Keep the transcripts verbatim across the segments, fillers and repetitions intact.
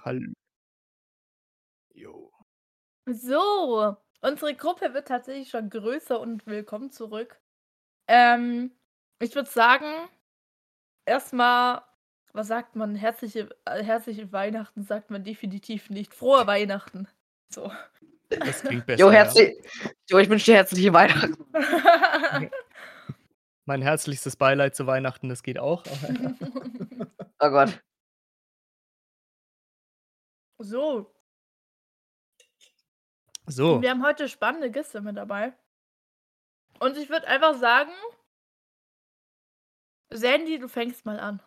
Hall Jo. So, unsere Gruppe wird tatsächlich schon größer und willkommen zurück. Ähm, ich würde sagen, erst mal, was sagt man? Herzliche äh, herzliche Weihnachten sagt man definitiv nicht. Frohe Weihnachten. So. Das klingt Jo, besser, ja. herzli jo, ich wünsche dir herzliche Weihnachten. Mein herzlichstes Beileid zu Weihnachten, das geht auch, aber ja. Oh Gott. So. So. Wir haben heute spannende Gäste mit dabei. Und ich würde einfach sagen Sandy, du fängst mal an.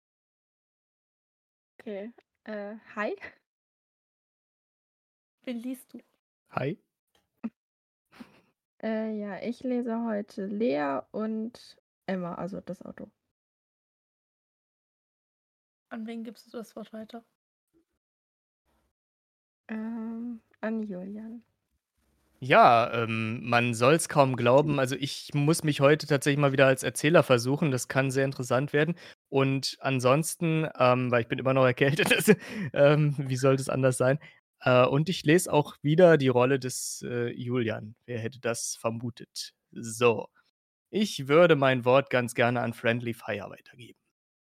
Okay, äh, hi. Wen liest du? Hi. Äh, ja, ich lese heute Lea und Emma, also das Auto. An wen gibst du das Wort weiter? Ähm, an Julian. Ja, ähm, man soll's kaum glauben. Also, ich muss mich heute tatsächlich mal wieder als Erzähler versuchen. Das kann sehr interessant werden. Und ansonsten, ähm, weil ich bin immer noch erkältet, das ähm, wie sollte es anders sein? Äh, und ich lese auch wieder die Rolle des, äh, Julian. Wer hätte das vermutet? So. Ich würde mein Wort ganz gerne an Friendly Fire weitergeben.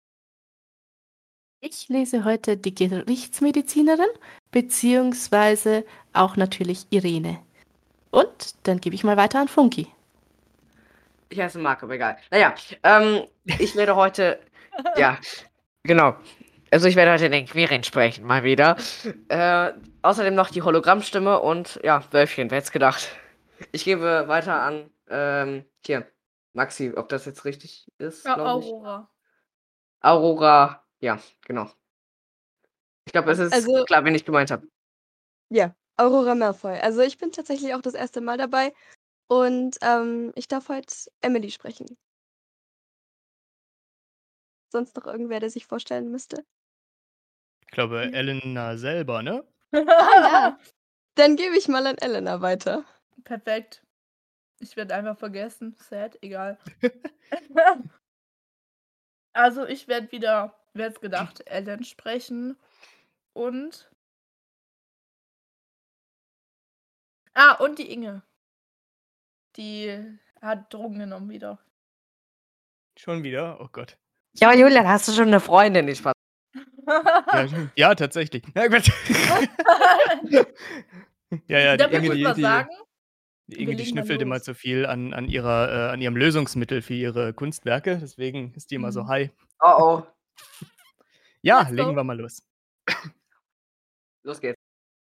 Ich lese heute die Gerichtsmedizinerin, beziehungsweise auch natürlich Irene. Und dann gebe ich mal weiter an Funky. Ich heiße Marc, aber egal. Na ja, ähm, ich werde heute ja, genau. Also, ich werde heute den Quirin sprechen, mal wieder. Äh, außerdem noch die Hologrammstimme und ja, Wölfchen, wer hätte es gedacht? Ich gebe weiter an, ähm, hier, Maxi, ob das jetzt richtig ist, Ja, glaube ich. Aurora. Aurora, ja, genau. Ich glaube, es ist Also klar, wen ich gemeint habe. Ja, Aurora Malfoy. Also, ich bin tatsächlich auch das erste Mal dabei und, ähm, ich darf heute Emily sprechen. Sonst noch irgendwer, der sich vorstellen müsste? Ich glaube, Ja. Elena selber, ne? Ah ja, dann gebe ich mal an Elena weiter. Perfekt. Ich werde einfach vergessen. Sad, egal. Also, ich werde wieder, wer hätte es gedacht, Ellen sprechen und Ah, und die Inge. Die hat Drogen genommen wieder. Schon wieder? Oh Gott. Ja, aber Julian, hast du schon 'ne Freundin? Ne, Spaß. Ja, ja, tatsächlich. Ja, Quatsch. Ja, ja, die Da würde Inge, ich die mal die sagen, die wir Inge, die legen mal schnüffelt immer los. zu viel an an ihrer äh, an ihrem Lösungsmittel für ihre Kunstwerke, deswegen ist die immer so Mhm. high. Oh, oh. Ja, Let's legen go. wir mal los. Los geht's.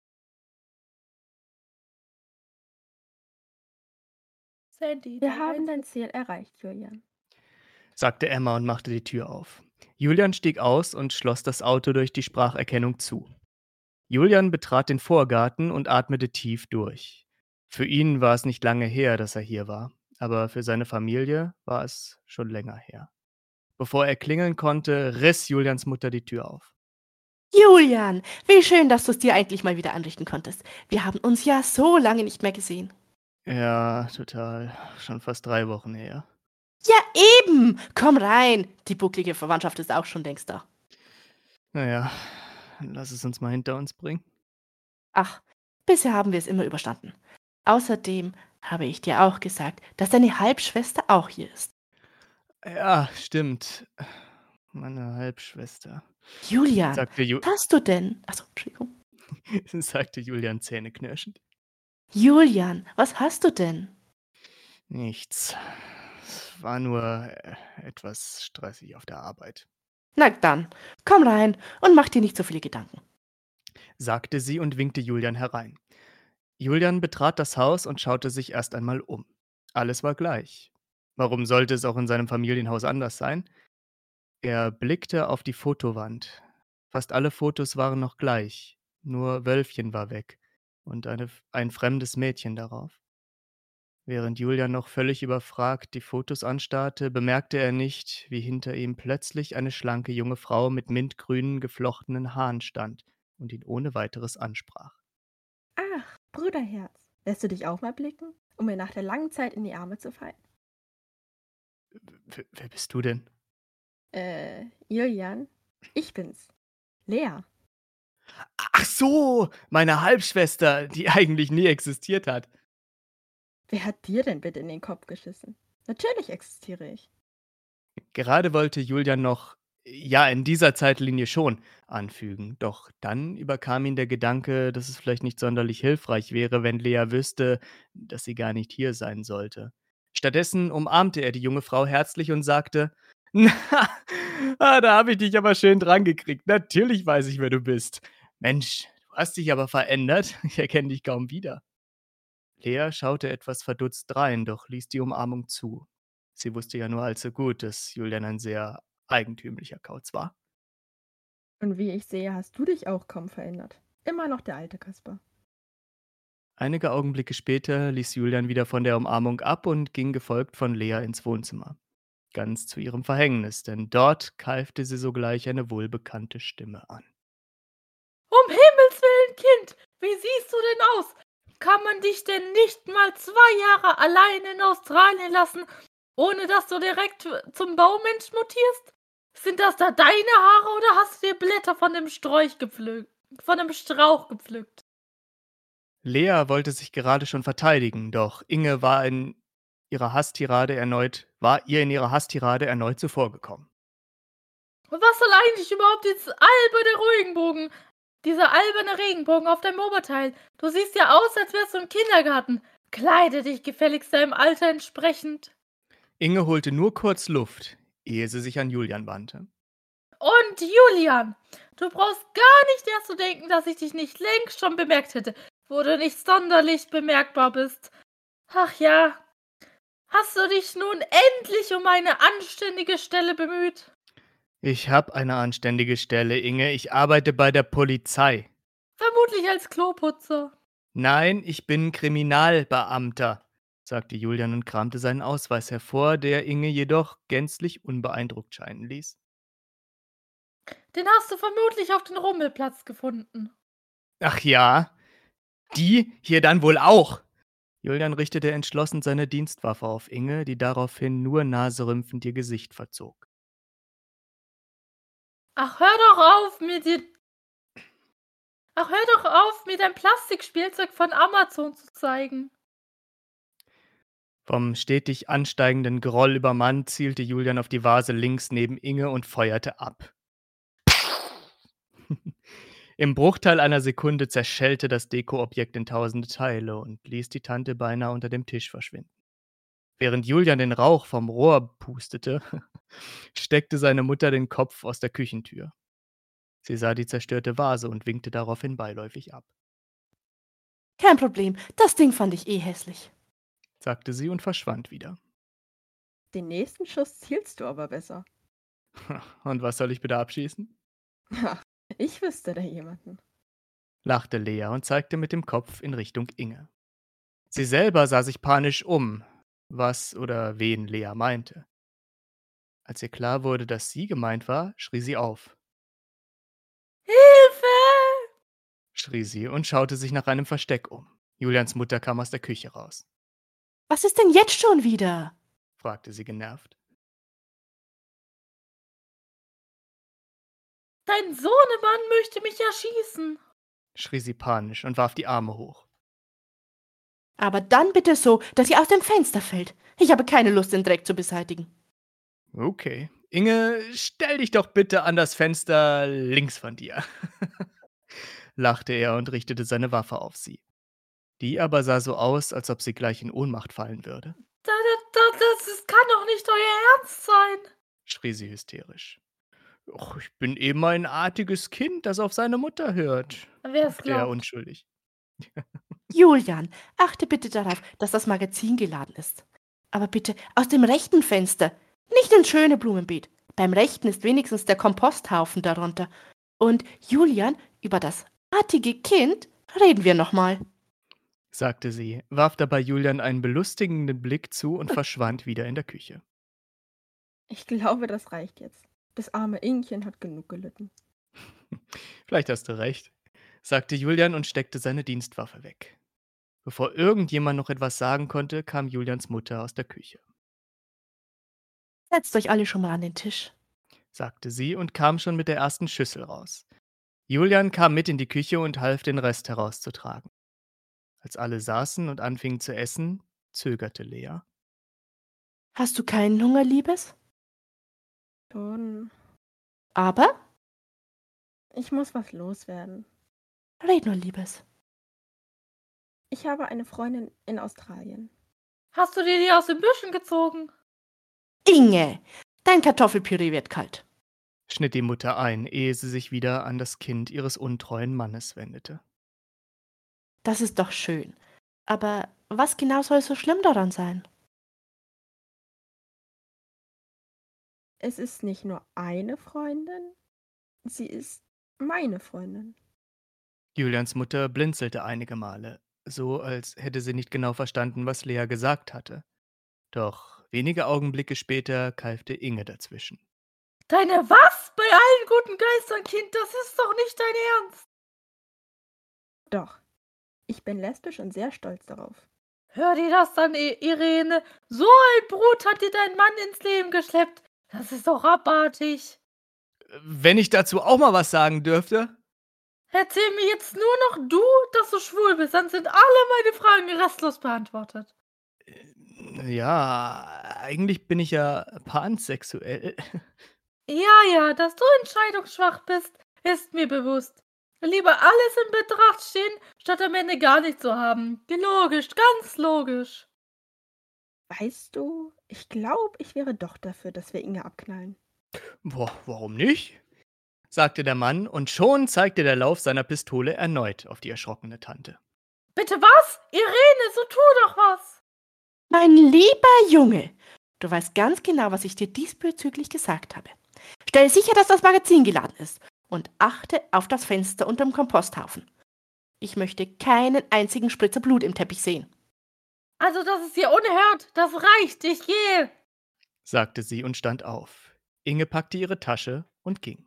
Sandy, Wir drei, haben eins. dein Ziel erreicht, Julian. Sagte Emma und machte die Tür auf. Julian stieg aus und schloss das Auto durch die Spracherkennung zu. Julian betrat den Vorgarten und atmete tief durch. Für ihn war es nicht lange her, dass er hier war, aber für seine Familie war es schon länger her. Bevor er klingeln konnte, riss Julians Mutter die Tür auf. Julian, wie schön, dass du es dir endlich mal wieder anrichten konntest. Wir haben uns ja so lange nicht mehr gesehen. Ja, total. Schon fast drei Wochen her. Ja, eben. Komm rein. Die bucklige Verwandtschaft ist auch schon längst da. Na ja, dann lass es uns mal hinter uns bringen. Ach, bisher haben wir es immer überstanden. Außerdem habe ich dir auch gesagt, dass deine Halbschwester auch hier ist. Ja, stimmt. Meine Halbschwester. Julian, Sagte Ju was hast du denn? Achso, Entschuldigung. sagte Julian zähneknirschend. Julian, was hast du denn? Nichts. Es war nur äh, etwas stressig auf der Arbeit, Na dann, komm rein und mach dir nicht so viele Gedanken. sagte sie und winkte Julian herein. Julian betrat das Haus und schaute sich erst einmal um. Alles war gleich. Warum sollte es auch in seinem Familienhaus anders sein? Er blickte auf die Fotowand. Fast alle Fotos waren noch gleich, nur Wölfchen war weg und eine, ein fremdes Mädchen darauf. Während Julian noch völlig überfragt die Fotos anstarrte, bemerkte er nicht, wie hinter ihm plötzlich eine schlanke junge Frau mit mintgrünen, geflochtenen Haaren stand und ihn ohne weiteres ansprach. Ach, Brüderherz. Lässt du dich auch mal blicken, um mir nach der langen Zeit in die Arme zu fallen? W wer bist du denn? Äh, Julian, ich bin's. Lea. Ach so, meine Halbschwester, die eigentlich nie existiert hat. Wer hat dir denn bitte in den Kopf geschissen? Natürlich existiere ich. Gerade wollte Julian noch, ja, in dieser Zeitlinie schon anfügen. Doch dann überkam ihn der Gedanke, dass es vielleicht nicht sonderlich hilfreich wäre, wenn Lea wüsste, dass sie gar nicht hier sein sollte. Stattdessen umarmte er die junge Frau herzlich und sagte: Na, ah, da habe ich dich aber schön dran gekriegt. Natürlich weiß ich, wer du bist. Mensch, du hast dich aber verändert. Ich erkenne dich kaum wieder. Lea schaute etwas verdutzt drein, doch ließ die Umarmung zu. Sie wusste ja nur allzu gut, dass Julian ein sehr eigentümlicher Kauz war. Und wie ich sehe, hast du dich auch kaum verändert. Immer noch der alte Kasper. Einige Augenblicke später ließ Julian wieder von der Umarmung ab und ging gefolgt von Lea ins Wohnzimmer. Ganz zu ihrem Verhängnis, denn dort keifte sie sogleich eine wohlbekannte Stimme an. Um Himmels Willen, Kind, wie siehst du denn aus? Kann man dich denn nicht mal zwei Jahre allein in Australien lassen, ohne dass du direkt zum Baumensch mutierst? Sind das da deine Haare oder hast du dir Blätter von dem Sträuch gepflückt, von dem Strauch gepflückt? Lea wollte sich gerade schon verteidigen, doch Inge war in ihrer Hasstirade erneut, war ihr in ihrer Hasstirade erneut zuvorgekommen. Und was soll eigentlich überhaupt dieses alberne Regenbogen, dieser alberne Regenbogen auf deinem Oberteil? Du siehst ja aus, als wärst du im Kindergarten. Kleide dich gefälligst deinem Alter entsprechend. Inge holte nur kurz Luft, ehe sie sich an Julian wandte. Und Julian, du brauchst gar nicht erst zu denken, dass ich dich nicht längst schon bemerkt hätte, wo du nicht sonderlich bemerkbar bist. Ach ja, hast du dich nun endlich um eine anständige Stelle bemüht? Ich habe eine anständige Stelle, Inge. Ich arbeite bei der Polizei. Vermutlich als Kloputzer. Nein, ich bin Kriminalbeamter, sagte Julian und kramte seinen Ausweis hervor, der Inge jedoch gänzlich unbeeindruckt scheinen ließ. Den hast du vermutlich auf den Rummelplatz gefunden. Ach ja, die hier dann wohl auch. Julian richtete entschlossen seine Dienstwaffe auf Inge, die daraufhin nur naserümpfend ihr Gesicht verzog. Ach, hör doch auf, mir dir... Ach, hör doch auf, mir dein Plastikspielzeug von Amazon zu zeigen. Vom stetig ansteigenden Groll übermannt zielte Julian auf die Vase links neben Inge und feuerte ab. Im Bruchteil einer Sekunde zerschellte das Dekoobjekt in tausende Teile und ließ die Tante beinahe unter dem Tisch verschwinden. Während Julian den Rauch vom Rohr pustete, steckte seine Mutter den Kopf aus der Küchentür. Sie sah die zerstörte Vase und winkte daraufhin beiläufig ab, Kein Problem, das Ding fand ich eh hässlich. sagte sie und verschwand wieder. Den nächsten Schuss zielst du aber besser. Und was soll ich bitte abschießen? Ha, ich wüsste da jemanden. Lachte Lea und zeigte mit dem Kopf in Richtung Inge. Sie selber sah sich panisch um, was oder wen Lea meinte. Als ihr klar wurde, dass sie gemeint war, schrie sie auf. Hilfe! Schrie sie und schaute sich nach einem Versteck um. Julians Mutter kam aus der Küche raus, Was ist denn jetzt schon wieder? fragte sie genervt. Dein Sohnemann möchte mich erschießen. Schrie sie panisch und warf die Arme hoch. Aber dann bitte so, dass sie aus dem Fenster fällt. Ich habe keine Lust, den Dreck zu beseitigen. Okay. Inge, stell dich doch bitte an das Fenster links von dir, lachte er und richtete seine Waffe auf sie. Die aber sah so aus, als ob sie gleich in Ohnmacht fallen würde, Da, da, da, das, das kann doch nicht euer Ernst sein. schrie sie hysterisch. Och, ich bin eben ein artiges Kind, das auf seine Mutter hört, Wer es sagte er glaubt. unschuldig. Julian, achte bitte darauf, dass das Magazin geladen ist. Aber bitte aus dem rechten Fenster, nicht ins schöne Blumenbeet. Beim rechten ist wenigstens der Komposthaufen darunter. Und Julian, über das artige Kind reden wir nochmal. sagte sie, warf dabei Julian einen belustigenden Blick zu und verschwand wieder in der Küche. Ich glaube, das reicht jetzt. Das arme Ingchen hat genug gelitten. Vielleicht hast du recht, sagte Julian und steckte seine Dienstwaffe weg. Bevor irgendjemand noch etwas sagen konnte, kam Julians Mutter aus der Küche, Setzt euch alle schon mal an den Tisch. sagte sie und kam schon mit der ersten Schüssel raus. Julian kam mit in die Küche und half, den Rest herauszutragen. Als alle saßen und anfingen zu essen, zögerte Lea. Hast du keinen Hunger, Liebes? Schon. Aber Ich muss was loswerden. red nur, Liebes. Ich habe eine Freundin in Australien. Hast du dir die aus den Büschen gezogen? Inge, dein Kartoffelpüree wird kalt. Schnitt die Mutter ein, ehe sie sich wieder an das Kind ihres untreuen Mannes wendete. Das ist doch schön. Aber was genau soll so schlimm daran sein? Es ist nicht nur eine Freundin, sie ist meine Freundin. Julians Mutter blinzelte einige Male, so als hätte sie nicht genau verstanden, was Lea gesagt hatte. Doch wenige Augenblicke später keifte Inge dazwischen. Deine was? Bei allen guten Geistern, Kind, das ist doch nicht dein Ernst. Doch, ich bin lesbisch und sehr stolz darauf. Hör dir das an, I- Irene. So ein Brut hat dir dein Mann ins Leben geschleppt. Das ist doch abartig. Wenn ich dazu auch mal was sagen dürfte? Erzähl mir jetzt nur noch du, dass du schwul bist, dann sind alle meine Fragen restlos beantwortet. Ja, eigentlich bin ich ja pansexuell. Ja, ja, dass du entscheidungsschwach bist, ist mir bewusst. Lieber alles in Betracht stehen, statt am Ende gar nichts zu haben. Logisch, ganz logisch. Weißt du, ich glaube, ich wäre doch dafür, dass wir Inge abknallen. Boah, warum nicht? Sagte der Mann, und schon zeigte der Lauf seiner Pistole erneut auf die erschrockene Tante. Bitte was? Irene, so tu doch was. Mein lieber Junge, du weißt ganz genau, was ich dir diesbezüglich gesagt habe. Stell sicher, dass das Magazin geladen ist und achte auf das Fenster unterm Komposthaufen. Ich möchte keinen einzigen Spritzer Blut im Teppich sehen. Also, das ist hier unerhört. Das reicht. Ich gehe. Sagte sie und stand auf. Inge packte ihre Tasche und ging,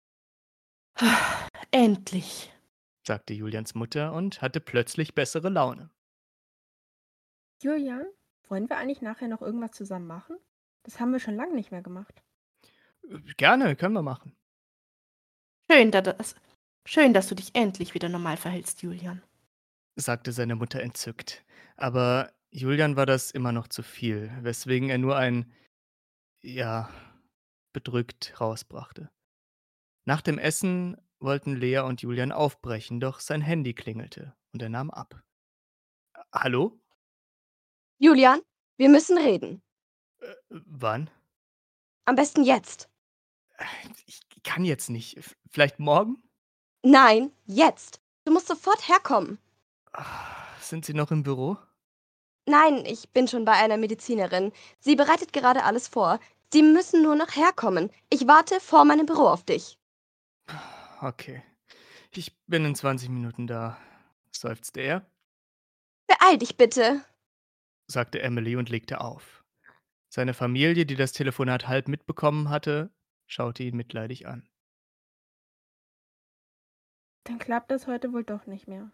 Endlich. sagte Julians Mutter und hatte plötzlich bessere Laune. Julian, wollen wir eigentlich nachher noch irgendwas zusammen machen? Das haben wir schon lange nicht mehr gemacht. Gerne, können wir machen, Schön, da das, schön, dass du dich endlich wieder normal verhältst, Julian. sagte seine Mutter entzückt. Aber Julian war das immer noch zu viel, weswegen er nur ein ja, bedrückt rausbrachte. Nach dem Essen wollten Lea und Julian aufbrechen, doch sein Handy klingelte und er nahm ab. Hallo? Julian, wir müssen reden. Äh, wann? Am besten jetzt. Ich kann jetzt nicht. F- Vielleicht morgen? Nein, jetzt. Du musst sofort herkommen. Ah, Sind Sie noch im Büro? Nein, ich bin schon bei einer Medizinerin. Sie bereitet gerade alles vor. Sie müssen nur noch herkommen. Ich warte vor meinem Büro auf dich. Okay. Ich bin in zwanzig Minuten da, seufzte er, Beeil dich bitte. sagte Emily und legte auf. Seine Familie, die das Telefonat halb mitbekommen hatte, schaute ihn mitleidig an. Dann klappt das heute wohl doch nicht mehr.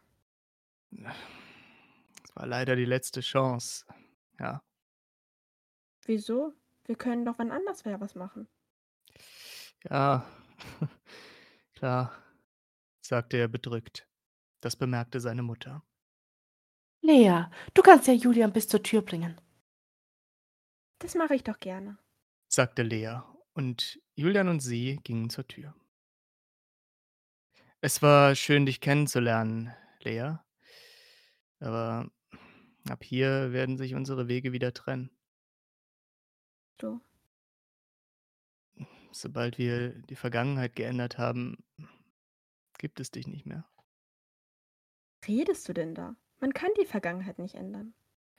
Es war leider die letzte Chance. Ja. Wieso? Wir können doch wann anders wer was machen. Ja, klar, sagte er bedrückt. Das bemerkte seine Mutter. Lea, du kannst ja Julian bis zur Tür bringen. Das mache ich doch gerne. Sagte Lea, und Julian und sie gingen zur Tür. Es war schön, dich kennenzulernen, Lea. Aber ab hier werden sich unsere Wege wieder trennen. Du. Sobald wir die Vergangenheit geändert haben, gibt es dich nicht mehr. Redest du denn da? Man kann die Vergangenheit nicht ändern.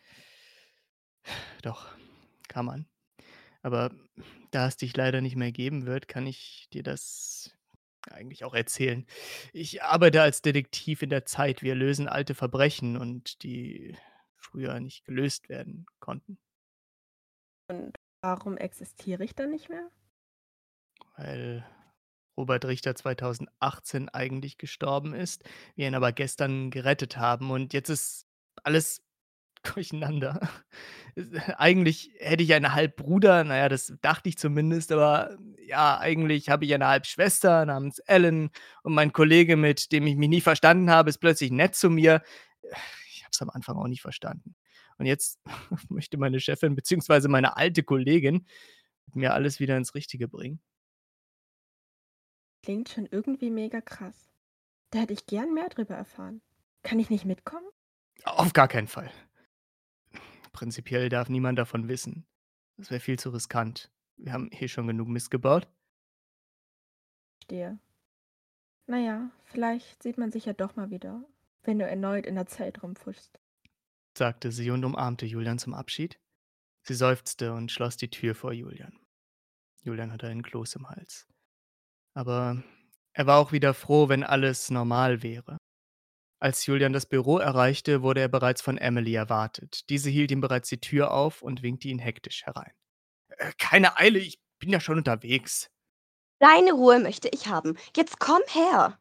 Doch, kann man. Aber da es dich leider nicht mehr geben wird, kann ich dir das eigentlich auch erzählen. Ich arbeite als Detektiv in der Zeit. Wir lösen alte Verbrechen und die früher nicht gelöst werden konnten, Und warum existiere ich dann nicht mehr? weil Robert Richter zweitausendachtzehn eigentlich gestorben ist, wir ihn aber gestern gerettet haben und jetzt ist alles durcheinander. Es eigentlich hätte ich einen Halbbruder, na ja, das dachte ich zumindest, aber ja, eigentlich habe ich eine Halbschwester namens Ellen und mein Kollege, mit dem ich mich nie verstanden habe, ist plötzlich nett zu mir. Ich habe es am Anfang auch nicht verstanden. Und jetzt möchte meine Chefin beziehungsweise meine alte Kollegin mir alles wieder ins Richtige bringen. Klingt schon irgendwie mega krass. Da hätte ich gern mehr drüber erfahren. Kann ich nicht mitkommen? Auf gar keinen Fall. Prinzipiell darf niemand davon wissen. Das wäre viel zu riskant. Wir haben eh schon genug Mist gebaut. Stehe. Naja, vielleicht sieht man sich ja doch mal wieder, wenn du erneut in der Zeit rumfuschst. Sagte sie und umarmte Julian zum Abschied. Sie seufzte und schloss die Tür vor Julian. Julian hatte einen Kloß im Hals. Aber er war auch wieder froh, wenn alles normal wäre. Als Julian das Büro erreichte, wurde er bereits von Emily erwartet. Diese hielt ihm bereits die Tür auf und winkte ihn hektisch herein. Äh, keine Eile, ich bin ja schon unterwegs. Deine Ruhe möchte ich haben. Jetzt komm her.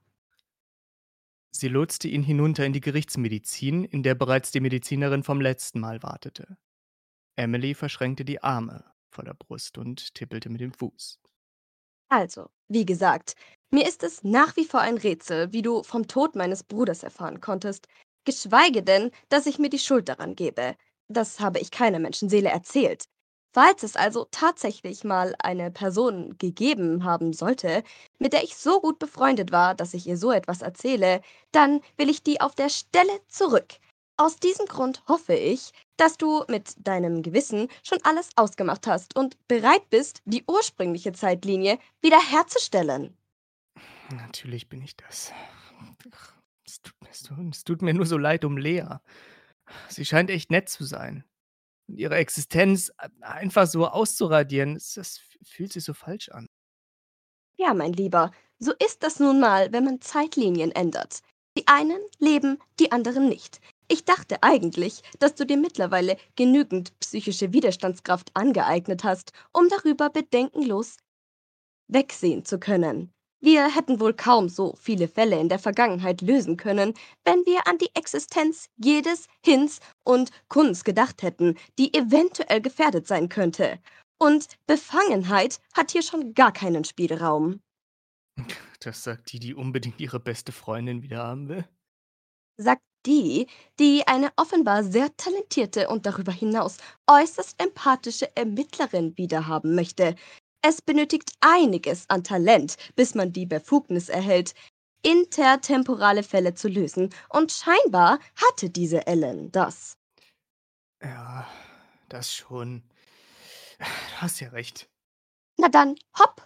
Sie lotste ihn hinunter in die Gerichtsmedizin, in der bereits die Medizinerin vom letzten Mal wartete. Emily verschränkte die Arme vor der Brust und tippelte mit dem Fuß. Also, wie gesagt, mir ist es nach wie vor ein Rätsel, wie du vom Tod meines Bruders erfahren konntest, geschweige denn, dass ich mir die Schuld daran gebe. Das habe ich keiner Menschenseele erzählt. Falls es also tatsächlich mal eine Person gegeben haben sollte, mit der ich so gut befreundet war, dass ich ihr so etwas erzähle, dann will ich die auf der Stelle zurück. Aus diesem Grund hoffe ich, dass du mit deinem Gewissen schon alles ausgemacht hast und bereit bist, die ursprüngliche Zeitlinie wiederherzustellen. Natürlich bin ich das. Ach, Es tut, es tut, es tut mir nur so leid um Lea. Sie scheint echt nett zu sein. Und ihre Existenz einfach so auszuradieren, das, das fühlt sich so falsch an. Ja, mein Lieber, so ist das nun mal, wenn man Zeitlinien ändert. Die einen leben, die anderen nicht. Ich dachte eigentlich, dass du dir mittlerweile genügend psychische Widerstandskraft angeeignet hast, um darüber bedenkenlos wegsehen zu können. Wir hätten wohl kaum so viele Fälle in der Vergangenheit lösen können, wenn wir an die Existenz jedes Hinz und Kunz gedacht hätten, die eventuell gefährdet sein könnte. Und Befangenheit hat hier schon gar keinen Spielraum. Das sagt die, die unbedingt ihre beste Freundin wieder haben will. Sagt die, die eine offenbar sehr talentierte und darüber hinaus äußerst empathische Ermittlerin wiederhaben möchte. Es benötigt einiges an Talent, bis man die Befugnis erhält, intertemporale Fälle zu lösen, und scheinbar hatte diese Ellen das. Ja, das schon. Du hast ja recht, Na dann, hopp!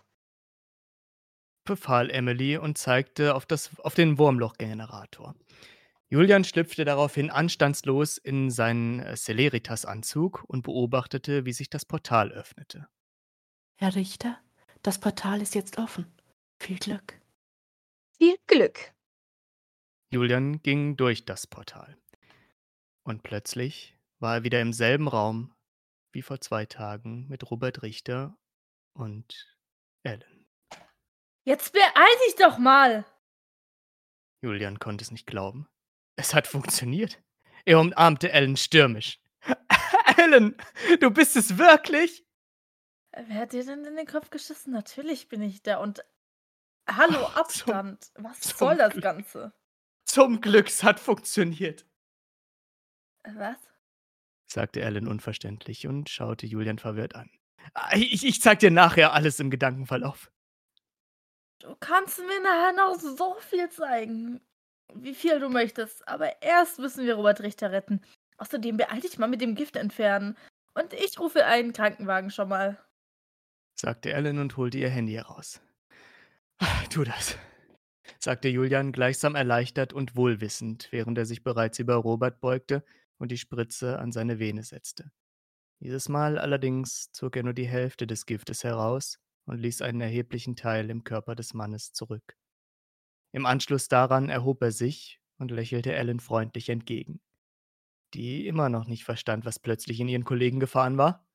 befahl Emily und zeigte auf, das, auf den Wurmlochgenerator. Julian schlüpfte daraufhin anstandslos in seinen äh, Celeritas-Anzug und beobachtete, wie sich das Portal öffnete. Herr Richter, das Portal ist jetzt offen. Viel Glück. Viel Glück. Julian ging durch das Portal. Und plötzlich war er wieder im selben Raum wie vor zwei Tagen mit Robert Richter und Ellen. Jetzt beeil dich doch mal. Julian konnte es nicht glauben. Es hat funktioniert. Er umarmte Ellen stürmisch. Ellen, du bist es wirklich? Wer hat dir denn in den Kopf geschissen? Natürlich bin ich da. Und hallo, Ach, zum- Abstand. Was zum soll das Glück. Ganze? Zum Glück, es hat funktioniert, Was? sagte Ellen unverständlich und schaute Julian verwirrt an. Ah, Ich, ich zeig dir nachher alles im Gedankenverlauf. Du kannst mir nachher noch so viel zeigen, wie viel du möchtest. Aber erst müssen wir Robert Richter retten. Außerdem beeil dich mal mit dem Gift entfernen. Und ich rufe einen Krankenwagen schon mal. sagte Ellen und holte ihr Handy heraus. Ah, Tu das, sagte Julian gleichsam erleichtert und wohlwissend, während er sich bereits über Robert beugte und die Spritze an seine Vene setzte. Dieses Mal allerdings zog er nur die Hälfte des Giftes heraus und ließ einen erheblichen Teil im Körper des Mannes zurück. Im Anschluss daran erhob er sich und lächelte Ellen freundlich entgegen, die immer noch nicht verstand, was plötzlich in ihren Kollegen gefahren war.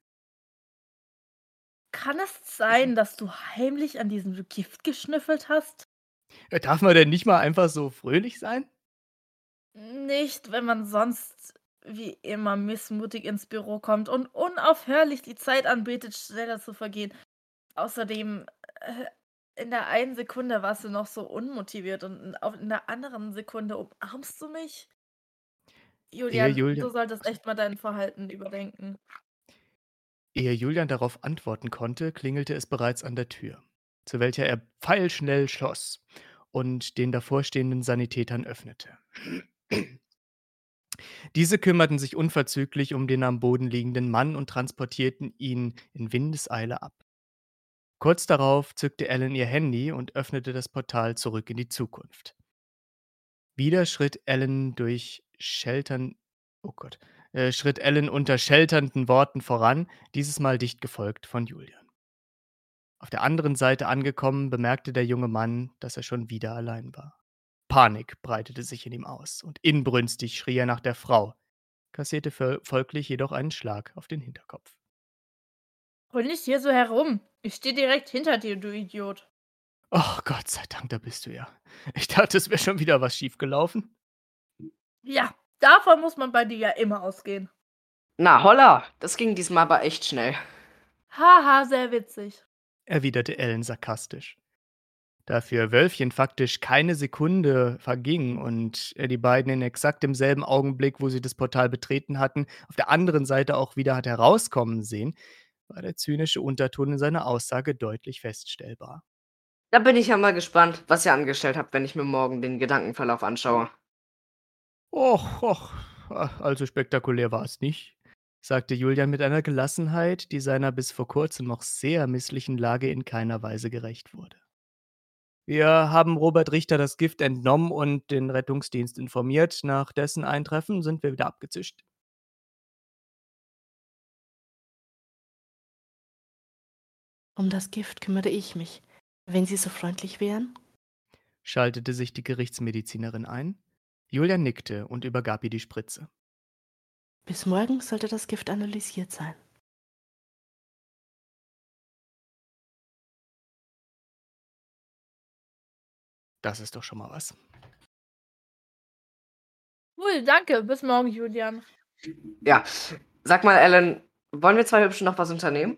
Kann es sein, dass du heimlich an diesem Gift geschnüffelt hast? Äh, Darf man denn nicht mal einfach so fröhlich sein? Nicht, wenn man sonst wie immer missmutig ins Büro kommt und unaufhörlich die Zeit anbetet, schneller zu vergehen. Außerdem, äh, in der einen Sekunde warst du noch so unmotiviert und in auf in der anderen Sekunde umarmst du mich? Ehe Julian, du Julian solltest echt mal dein Verhalten überdenken. Ehe Julian darauf antworten konnte, klingelte es bereits an der Tür, zu welcher er pfeilschnell schoss und den davorstehenden Sanitätern öffnete. Diese kümmerten sich unverzüglich um den am Boden liegenden Mann und transportierten ihn in Windeseile ab. Kurz darauf zückte Ellen ihr Handy und öffnete das Portal zurück in die Zukunft. Wieder schritt Ellen durch Sheltern oh Gott, äh, schritt Ellen unter shelternden Worten voran, dieses Mal dicht gefolgt von Julian. Auf der anderen Seite angekommen, bemerkte der junge Mann, dass er schon wieder allein war. Panik breitete sich in ihm aus und inbrünstig schrie er nach der Frau, kassierte fol- folglich jedoch einen Schlag auf den Hinterkopf. Brüll nicht hier so herum. Ich stehe direkt hinter dir, du Idiot. Ach Gott sei Dank, da bist du ja. Ich dachte, es wäre schon wieder was schiefgelaufen. Ja, davon muss man bei dir ja immer ausgehen. Na, holla, das ging diesmal aber echt schnell. Haha, sehr witzig. Erwiderte Ellen sarkastisch. Da für Wölfchen faktisch keine Sekunde verging und er die beiden in exakt demselben Augenblick, wo sie das Portal betreten hatten, auf der anderen Seite auch wieder hat herauskommen sehen, war der zynische Unterton in seiner Aussage deutlich feststellbar. Da bin ich ja mal gespannt, was ihr angestellt habt, wenn ich mir morgen den Gedankenverlauf anschaue. Och, och, allzu spektakulär war es nicht, sagte Julian mit einer Gelassenheit, die seiner bis vor kurzem noch sehr misslichen Lage in keiner Weise gerecht wurde. Wir haben Robert Richter das Gift entnommen und den Rettungsdienst informiert. Nach dessen Eintreffen sind wir wieder abgezischt. Um das Gift kümmere ich mich, wenn Sie so freundlich wären. Schaltete sich die Gerichtsmedizinerin ein. Julian nickte und übergab ihr die Spritze. Bis morgen sollte das Gift analysiert sein. Das ist doch schon mal was. Cool, danke. Bis morgen, Julian. Ja, sag mal, Ellen, wollen wir zwei Hübschen noch was unternehmen?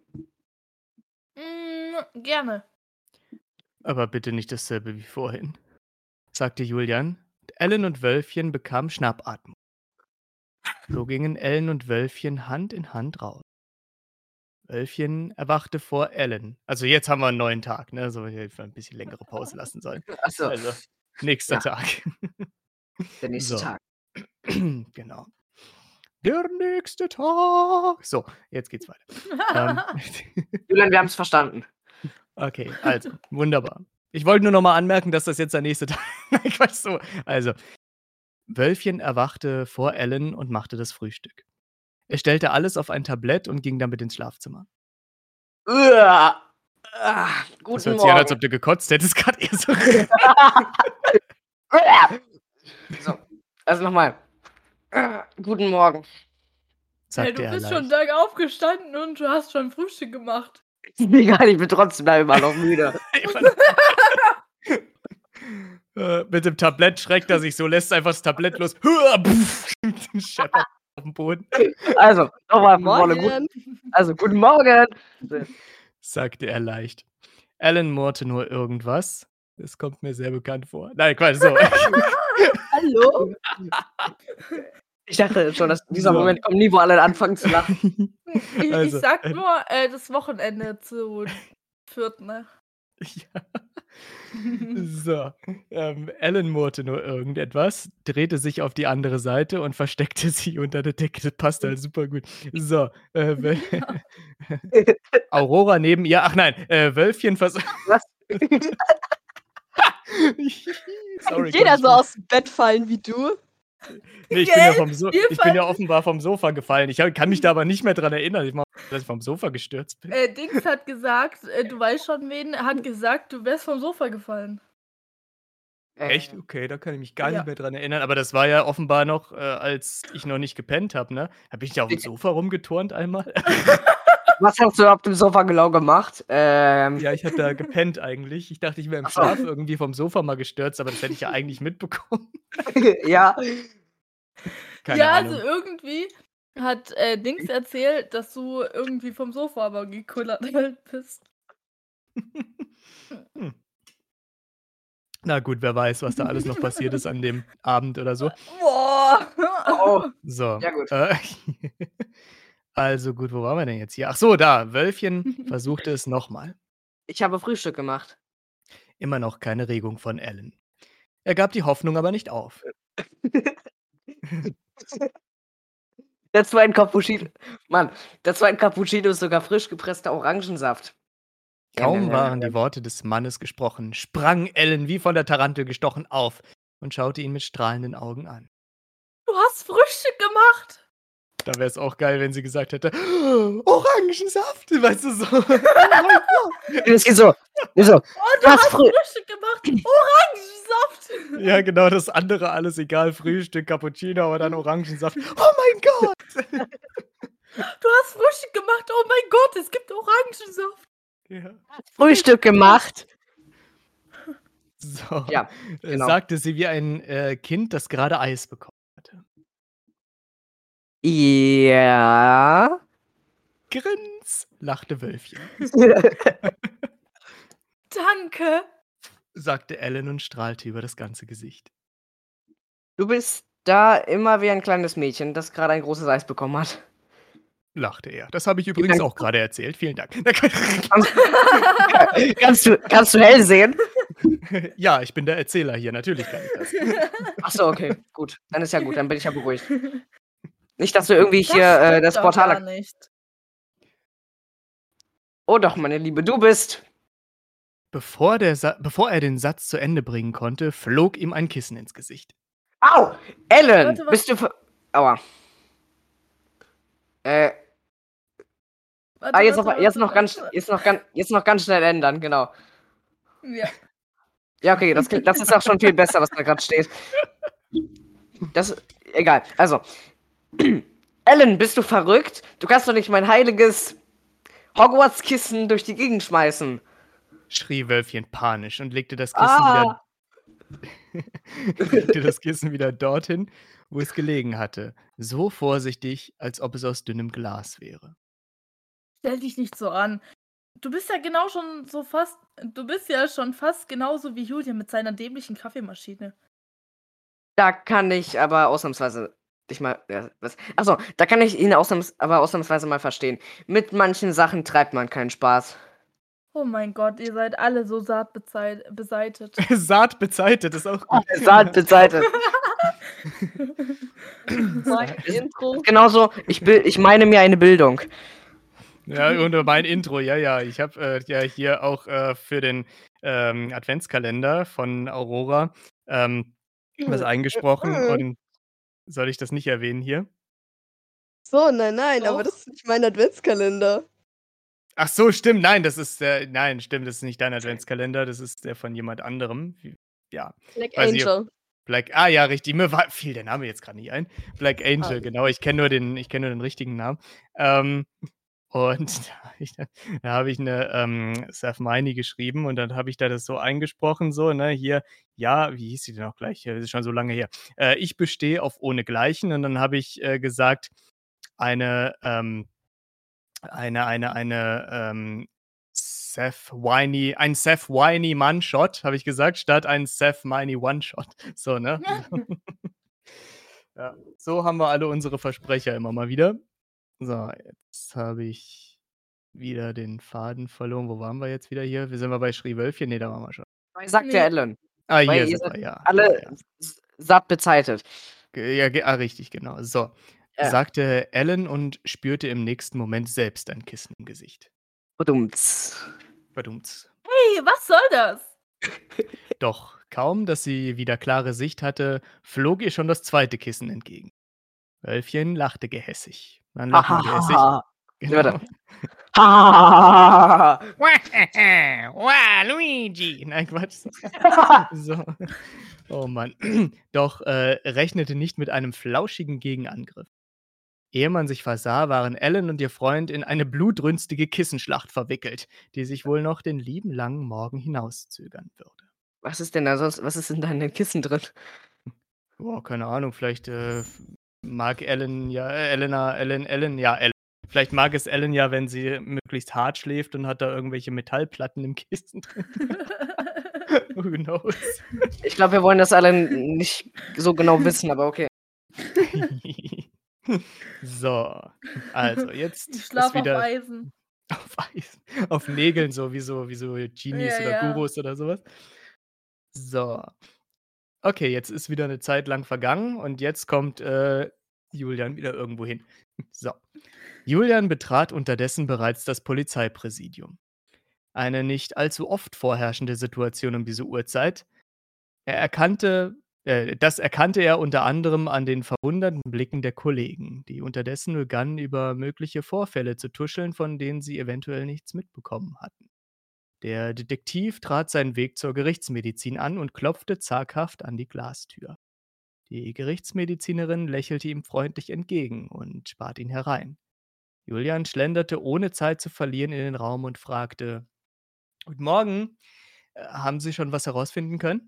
Mm, gerne. Aber bitte nicht dasselbe wie vorhin, sagte Julian. Ellen und Wölfchen bekamen Schnappatmung. So gingen Ellen und Wölfchen Hand in Hand raus. Wölfchen erwachte vor Ellen. Also jetzt haben wir einen neuen Tag, ne? So, ich hätte ein bisschen längere Pause lassen sollen. Achso, Also, nächster Ja. Tag. der nächste So. Tag. Genau. Der nächste Tag. So, jetzt geht's weiter. ähm, Julian, wir haben es verstanden. okay, also, wunderbar. Ich wollte nur noch mal anmerken, dass das jetzt der nächste Tag Nein, Quatsch, so. Also, Wölfchen erwachte vor Ellen und machte das Frühstück. Er stellte alles auf ein Tablett und ging damit ins Schlafzimmer. Uah. Ah, Das guten hört sich an, als Morgen. ob du gekotzt hättest gerade eher so. Uah. So, also nochmal. Ah, Guten Morgen. Hey, sagte du er bist schon leicht. da aufgestanden und du hast schon Frühstück gemacht. Egal, ich bin trotzdem da immer noch müde. Äh, mit dem Tablett schreckt er sich so, lässt einfach das Tablett los. Hua, pff, scheppert auf dem Boden, Also, nochmal von vorne. Gut, Morgen. also, guten Morgen. sagte er leicht. Alan murrte nur irgendwas. Das kommt mir sehr bekannt vor. Nein, Quatsch, so. Hallo? Ich dachte schon, dass dieser So. Moment kommt nie, wo alle anfangen zu lachen. Ich, Also, ich sag äh, nur, äh, das Wochenende zu Fürth, ne? Ja. So. Ähm, Alan murrte nur irgendetwas, drehte sich auf die andere Seite und versteckte sie unter der Decke. Das passt halt super gut. So. Äh, Wöl- Aurora neben ihr. Ach nein, äh, Wölfchen versucht. Was? Sorry, Jeder konnte ich so nicht. aus dem Bett fallen wie du. Nee, ich bin ja Gell? vom so Wir ich bin ja fallen- offenbar vom Sofa gefallen. Ich hab, kann mich da aber nicht mehr dran erinnern, ich mach, dass ich vom Sofa gestürzt bin. Äh, Dings hat gesagt, äh, du weißt schon wen, er hat gesagt, du wärst vom Sofa gefallen. Echt? Okay, da kann ich mich gar Ja. nicht mehr dran erinnern. Aber das war ja offenbar noch, äh, als ich noch nicht gepennt habe, ne? Hab ich da auf dem Sofa rumgeturnt einmal? Was hast du auf dem Sofa genau gemacht? Ähm, Ja, ich hab da gepennt eigentlich. Ich dachte, ich wäre im Ach so. Schlaf irgendwie vom Sofa mal gestürzt, aber das hätte ich ja eigentlich mitbekommen. ja. Keine Ja, also Ahnung. irgendwie hat, äh, Dings erzählt, dass du irgendwie vom Sofa aber gekullert bist. Hm. Na gut, wer weiß, was da alles noch passiert ist an dem Abend oder so. Boah. Oh, So, ja gut. äh, also gut, wo waren wir denn jetzt hier? Ach so, da. Wölfchen versuchte es nochmal. Ich habe Frühstück gemacht. Immer noch keine Regung von Alan. Er gab die Hoffnung aber nicht auf. Der zweite Cappuccino. Mann, der zweite Cappuccino ist sogar frisch gepresster Orangensaft. Jam, Kaum jam, jam, waren jam. die Worte des Mannes gesprochen, sprang Alan wie von der Tarantel gestochen auf und schaute ihn mit strahlenden Augen an. Du hast Frühstück gemacht. Da wäre es auch geil, wenn sie gesagt hätte: „Orangensaft!“ Weißt du, so. Oh mein Gott. Das geht so. Geht so. Oh, du Du hast hast früh. Frühstück gemacht. Orangensaft. Ja, genau, das andere alles egal, Frühstück, Cappuccino, aber dann Orangensaft. Oh mein Gott! Du hast Frühstück gemacht. Oh mein Gott, es gibt Orangensaft. Ja. Frühstück gemacht. So, Ja, äh, genau. sagte sie wie ein, äh, Kind, das gerade Eis bekommen hatte. Ja. „Grins“, lachte Wölfchen, Danke. sagte Alan und strahlte über das ganze Gesicht. Du bist da immer wie ein kleines Mädchen, das gerade ein großes Eis bekommen hat. Lachte er. Das habe ich übrigens Dank auch gerade erzählt. Vielen Dank. Kannst du, kannst du hell sehen? Ja, ich bin der Erzähler hier, natürlich kann ich das. Ach so, okay, gut. Dann ist ja gut, dann bin ich ja beruhigt. Nicht, dass du irgendwie Das hier äh, stimmt das doch Portal. gar nicht. Oh doch, meine Liebe, du bist. Bevor, der Sa bevor er den Satz zu Ende bringen konnte, flog ihm ein Kissen ins Gesicht. Au! Ellen! Warte, wa- Bist du. ver- Aua. Äh, Warte, ah, jetzt warte, noch, jetzt warte, noch ganz, warte. jetzt noch ganz, jetzt noch ganz schnell ändern, genau. Ja. Ja, okay, das, klingt- das ist auch schon viel besser, was da gerade steht. Das, egal. Also, Ellen, bist du verrückt? Du kannst doch nicht mein heiliges Hogwarts-Kissen durch die Gegend schmeißen. Schrie Wölfchen panisch und legte das Kissen Ah! wieder legte das Kissen wieder dorthin, wo es gelegen hatte, so vorsichtig, als ob es aus dünnem Glas wäre. Stell dich nicht so an. Du bist ja genau schon so fast. Du bist ja schon fast genauso wie Julia mit seiner dämlichen Kaffeemaschine. Da kann ich aber ausnahmsweise. Ich mal. Ja, was? Achso, da kann ich ihn ausnahms, aber ausnahmsweise mal verstehen. Mit manchen Sachen treibt man keinen Spaß. Oh mein Gott, ihr seid alle so saatbezeit- beseitet. Saat bezeitet ist auch gut. Saat beseitigt. Mein Intro. Genauso, ich, bil- ich meine mir eine Bildung. Ja, und mein Intro, ja, ja. Ich habe äh, ja hier auch äh, für den ähm, Adventskalender von Aurora ähm, was eingesprochen Mhm. und soll ich das nicht erwähnen hier? So, nein, nein, aber Doch. das ist nicht mein Adventskalender. Ach so, stimmt, nein, das ist der, nein, stimmt, das ist nicht dein Adventskalender, das ist der von jemand anderem. Wie- Ja, Black Weiß ich, Angel. Black, ah ja, richtig, mir war, fiel der Name jetzt gerade nicht ein. Black Angel, Ah. genau, ich kenne nur den, ich kenne nur den richtigen Namen. Ähm, und da habe ich, da da habe ich eine ähm, Seth Miney geschrieben und dann habe ich da das so eingesprochen, so, ne, hier, ja, wie hieß sie denn auch gleich? Ja, das ist schon so lange her. Äh, ich bestehe auf ohnegleichen und dann habe ich äh, gesagt, eine, ähm, eine, eine, eine, ähm, Seth Winey, ein Seth Winey One-Shot, habe ich gesagt, statt ein Seth Miney One-Shot. So, ne? Ja, so haben wir alle unsere Versprecher immer mal wieder. So, jetzt habe ich wieder den Faden verloren. Wo waren wir jetzt wieder hier? Wir sind wir bei Schriewölfchen? Ne, da waren wir schon. Ich sagte Nee. Ellen. Ah, Weil hier ihr sind seid wir, ja. alle Ja, ja. s- satt bezeitet. Ge- ja, ge- ah, richtig, genau. So, Ja. sagte Ellen und spürte im nächsten Moment selbst ein Kissen im Gesicht. Badumts. Verdummt. Hey, was soll das? Doch kaum, dass sie wieder klare Sicht hatte, flog ihr schon das zweite Kissen entgegen. Wölfchen lachte gehässig. Dann lach mal gehässig. Hahaha. Genau. Warte. Hahaha. Wow, Luigi! Nein, Quatsch. So. Oh Mann. Doch äh, rechnete nicht mit einem flauschigen Gegenangriff. Ehe man sich versah, waren Ellen und ihr Freund in eine blutrünstige Kissenschlacht verwickelt, die sich wohl noch den lieben langen Morgen hinauszögern würde. Was ist denn da sonst? Was ist in deinen Kissen drin? Boah, keine Ahnung, vielleicht äh, mag Ellen ja, äh, Elena, Ellen, Ellen, ja, Ellen. Vielleicht mag es Ellen ja, wenn sie möglichst hart schläft und hat da irgendwelche Metallplatten im Kissen drin. Who knows? Ich glaube, wir wollen das alle n- nicht so genau wissen, aber okay. So, also jetzt Ich ist schlafe auf wieder Eisen. auf Eis, auf Nägeln, so wie so, wie so Genies Ja, oder ja. Gurus oder sowas. So, okay, jetzt ist wieder eine Zeit lang vergangen und jetzt kommt äh, Julian wieder irgendwo hin. So, Julian betrat unterdessen bereits das Polizeipräsidium. Eine nicht allzu oft vorherrschende Situation um diese Uhrzeit. Er erkannte äh, das erkannte er unter anderem an den verwunderten Blicken der Kollegen, die unterdessen begannen, über mögliche Vorfälle zu tuscheln, von denen sie eventuell nichts mitbekommen hatten. Der Detektiv trat seinen Weg zur Gerichtsmedizin an und klopfte zaghaft an die Glastür. Die Gerichtsmedizinerin lächelte ihm freundlich entgegen und bat ihn herein. Julian schlenderte ohne Zeit zu verlieren in den Raum und fragte: „Guten Morgen. Äh, haben Sie schon was herausfinden können?“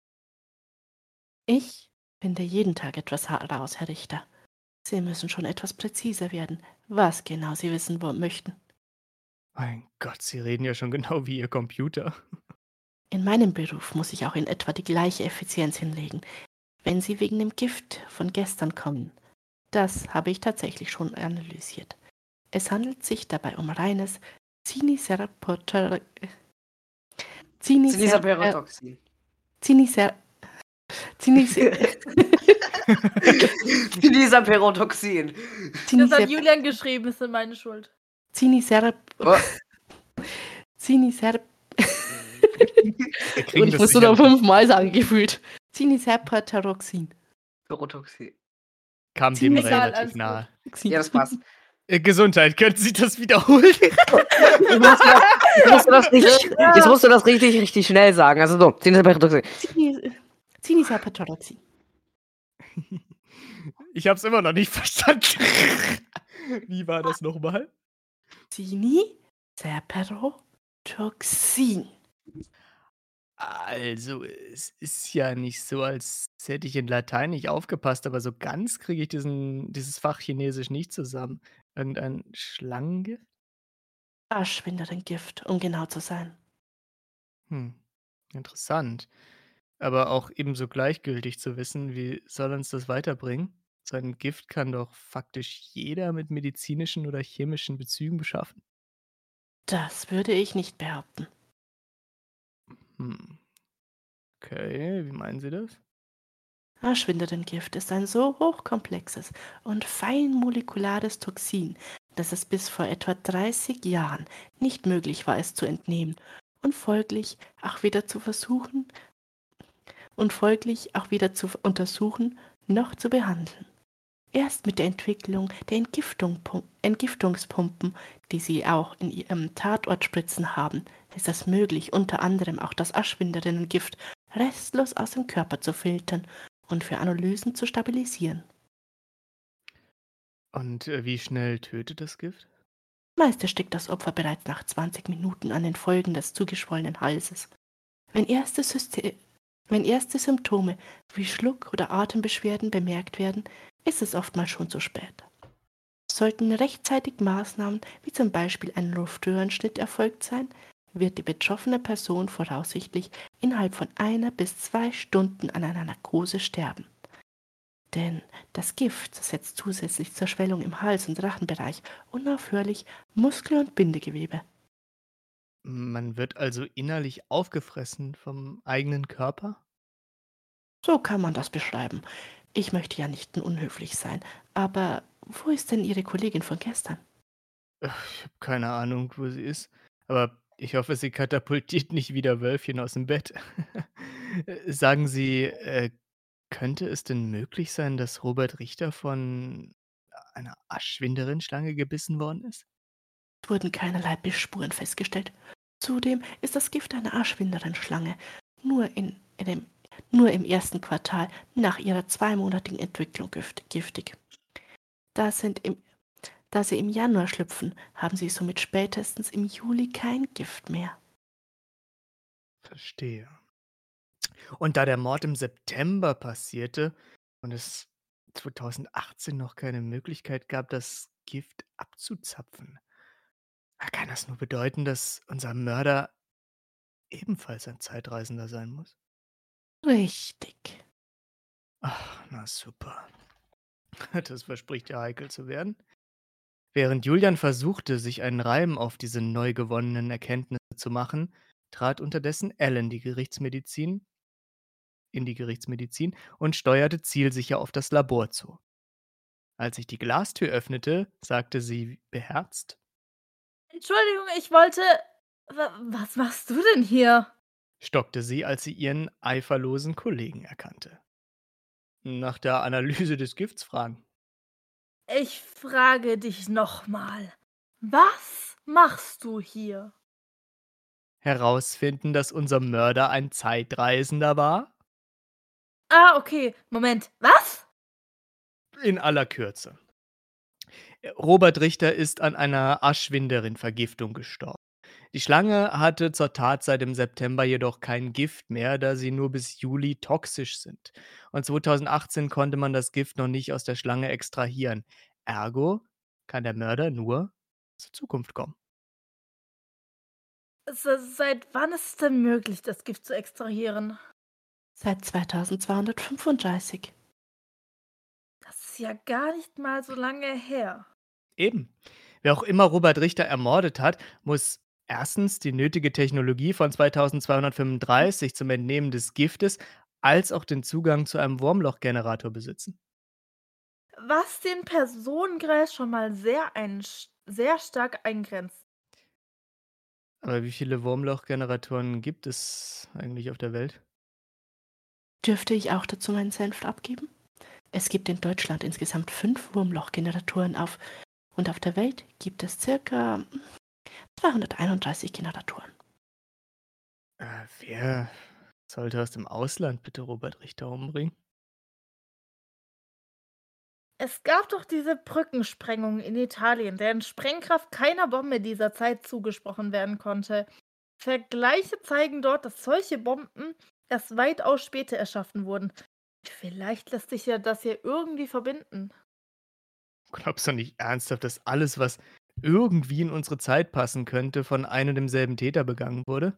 Ich finde jeden Tag etwas heraus, Herr Richter. Sie müssen schon etwas präziser werden, was genau Sie wissen wo- möchten. Mein Gott, Sie reden ja schon genau wie Ihr Computer. In meinem Beruf muss ich auch in etwa die gleiche Effizienz hinlegen, wenn Sie wegen dem Gift von gestern kommen. Das habe ich tatsächlich schon analysiert. Es handelt sich dabei um reines Ciniceraptor... Cinicer... Cinisaperotoxin. Cinicer... Cinicer... Cinisaperotoxin. Das hat Cinicer... Julian geschrieben, ist meine Schuld. Cinicerap... Oh, Cinicer... Wir kriegen Und ich das muss sicher nur noch. fünfmal sagen, gefühlt. Cinicerpateroxin. Perotoxin. Kam dem Ziemlich egal, relativ alles nahe. Ja, das passt. Äh, Gesundheit, könnten Sie das wiederholen? Ich musste das, ich musste das richtig, jetzt musst du das richtig, richtig schnell sagen. Also so, Cinisaperotoxin. Cini- Cinicerpateroxin. Ich habe es immer noch nicht verstanden. Wie war das nochmal? Cinicerpateroxin. Also, es ist ja nicht so, als hätte ich in Latein nicht aufgepasst, aber so ganz kriege ich diesen dieses Fach Chinesisch nicht zusammen. Irgendein Schlangengift? Aschwinderin-Gift, um genau zu sein. Hm, interessant. Aber auch ebenso gleichgültig zu wissen, wie soll uns das weiterbringen? So ein Gift kann doch faktisch jeder mit medizinischen oder chemischen Bezügen beschaffen. Das würde ich nicht behaupten. Hm, okay, wie meinen Sie das? Aschwinderin-Gift ist ein so hochkomplexes und feinmolekulares Toxin, dass es bis vor etwa dreißig Jahren nicht möglich war, es zu entnehmen und folglich auch weder zu versuchen und folglich auch weder zu untersuchen noch zu behandeln. Erst mit der Entwicklung der Entgiftung, Entgiftungspumpen, die sie auch in ihrem Tatortspritzen haben, ist es möglich, unter anderem auch das Aschwinderinnengift restlos aus dem Körper zu filtern und für Analysen zu stabilisieren. Und äh, wie schnell tötet das Gift? Meist erstickt das Opfer bereits nach zwanzig Minuten an den Folgen des zugeschwollenen Halses. Wenn erste, Syste Wenn erste Symptome wie Schluck- oder Atembeschwerden bemerkt werden, ist es oftmals schon zu spät. Sollten rechtzeitig Maßnahmen wie zum Beispiel ein Luftröhrenschnitt erfolgt sein, wird die betroffene Person voraussichtlich innerhalb von einer bis zwei Stunden an einer Narkose sterben. Denn das Gift setzt zusätzlich zur Schwellung im Hals- und Rachenbereich unaufhörlich Muskel- und Bindegewebe. Man wird also innerlich aufgefressen vom eigenen Körper? So kann man das beschreiben. Ich möchte ja nicht unhöflich sein, aber wo ist denn Ihre Kollegin von gestern? Äh, Ich habe keine Ahnung, wo sie ist, aber ich hoffe, sie katapultiert nicht wieder Wölfchen aus dem Bett. Äh, Sagen Sie, äh, könnte es denn möglich sein, dass Robert Richter von einer Aschwinderin-Schlange gebissen worden ist? Es wurden keinerlei Bissspuren festgestellt. Zudem ist das Gift einer Aschwinderin-Schlange nur, in, in dem, nur im ersten Quartal nach ihrer zweimonatigen Entwicklung gift, giftig. Da, sind im, da sie im Januar schlüpfen, haben sie somit spätestens im Juli kein Gift mehr. Verstehe. Und da der Mord im September passierte und es zweitausendachtzehn noch keine Möglichkeit gab, das Gift abzuzapfen. Ah, Kann das nur bedeuten, dass unser Mörder ebenfalls ein Zeitreisender sein muss? Richtig. Ach, na super. Das verspricht ja heikel zu werden. Während Julian versuchte, sich einen Reim auf diese neu gewonnenen Erkenntnisse zu machen, trat unterdessen Ellen die Gerichtsmedizin in die Gerichtsmedizin und steuerte zielsicher auf das Labor zu. Als sich die Glastür öffnete, sagte sie beherzt, Entschuldigung, ich wollte. Wa- Was machst du denn hier? stockte sie, als sie ihren eiferlosen Kollegen erkannte. Nach der Analyse des Gifts fragen. Ich frage dich nochmal. Was machst du hier? Herausfinden, dass unser Mörder ein Zeitreisender war? Ah, okay. Moment. Was? In aller Kürze. Robert Richter ist an einer Aschwinderin-Vergiftung gestorben. Die Schlange hatte zur Tatzeit im September jedoch kein Gift mehr, da sie nur bis Juli toxisch sind. Und zweitausendachtzehn konnte man das Gift noch nicht aus der Schlange extrahieren. Ergo kann der Mörder nur zur Zukunft kommen. Se- Seit wann ist es denn möglich, das Gift zu extrahieren? Seit zweitausendzweihundertfünfunddreißig. Das ist ja gar nicht mal so lange her. Eben. Wer auch immer Robert Richter ermordet hat, muss erstens die nötige Technologie von zweitausendzweihundertfünfunddreißig zum Entnehmen des Giftes als auch den Zugang zu einem Wurmlochgenerator besitzen. Was den Personenkreis schon mal sehr, ein, sehr stark eingrenzt. Aber wie viele Wurmlochgeneratoren gibt es eigentlich auf der Welt? Dürfte ich auch dazu meinen Senf abgeben? Es gibt in Deutschland insgesamt fünf Wurmlochgeneratoren auf und auf der Welt gibt es circa zweihunderteinunddreißig Generatoren. Äh, wer sollte aus dem Ausland bitte Robert Richter umbringen? Es gab doch diese Brückensprengung in Italien, deren Sprengkraft keiner Bombe dieser Zeit zugesprochen werden konnte. Vergleiche zeigen dort, dass solche Bomben erst weitaus später erschaffen wurden. Vielleicht lässt sich ja das hier irgendwie verbinden. Glaubst du nicht ernsthaft, dass alles, was irgendwie in unsere Zeit passen könnte, von einem und demselben Täter begangen wurde?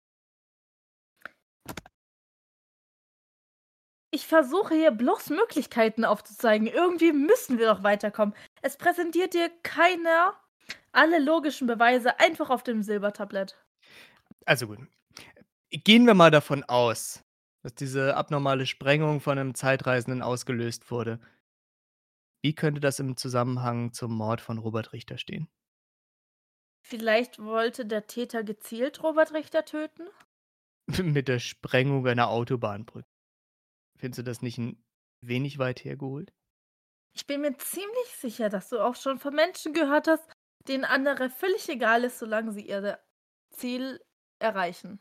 Ich versuche hier bloß Möglichkeiten aufzuzeigen. Irgendwie müssen wir doch weiterkommen. Es präsentiert dir keiner alle logischen Beweise einfach auf dem Silbertablett. Also gut. Gehen wir mal davon aus, dass diese abnormale Sprengung von einem Zeitreisenden ausgelöst wurde. Wie könnte das im Zusammenhang zum Mord von Robert Richter stehen? Vielleicht wollte der Täter gezielt Robert Richter töten? Mit der Sprengung einer Autobahnbrücke. Findest du das nicht ein wenig weit hergeholt? Ich bin mir ziemlich sicher, dass du auch schon von Menschen gehört hast, denen andere völlig egal ist, solange sie ihr Ziel erreichen.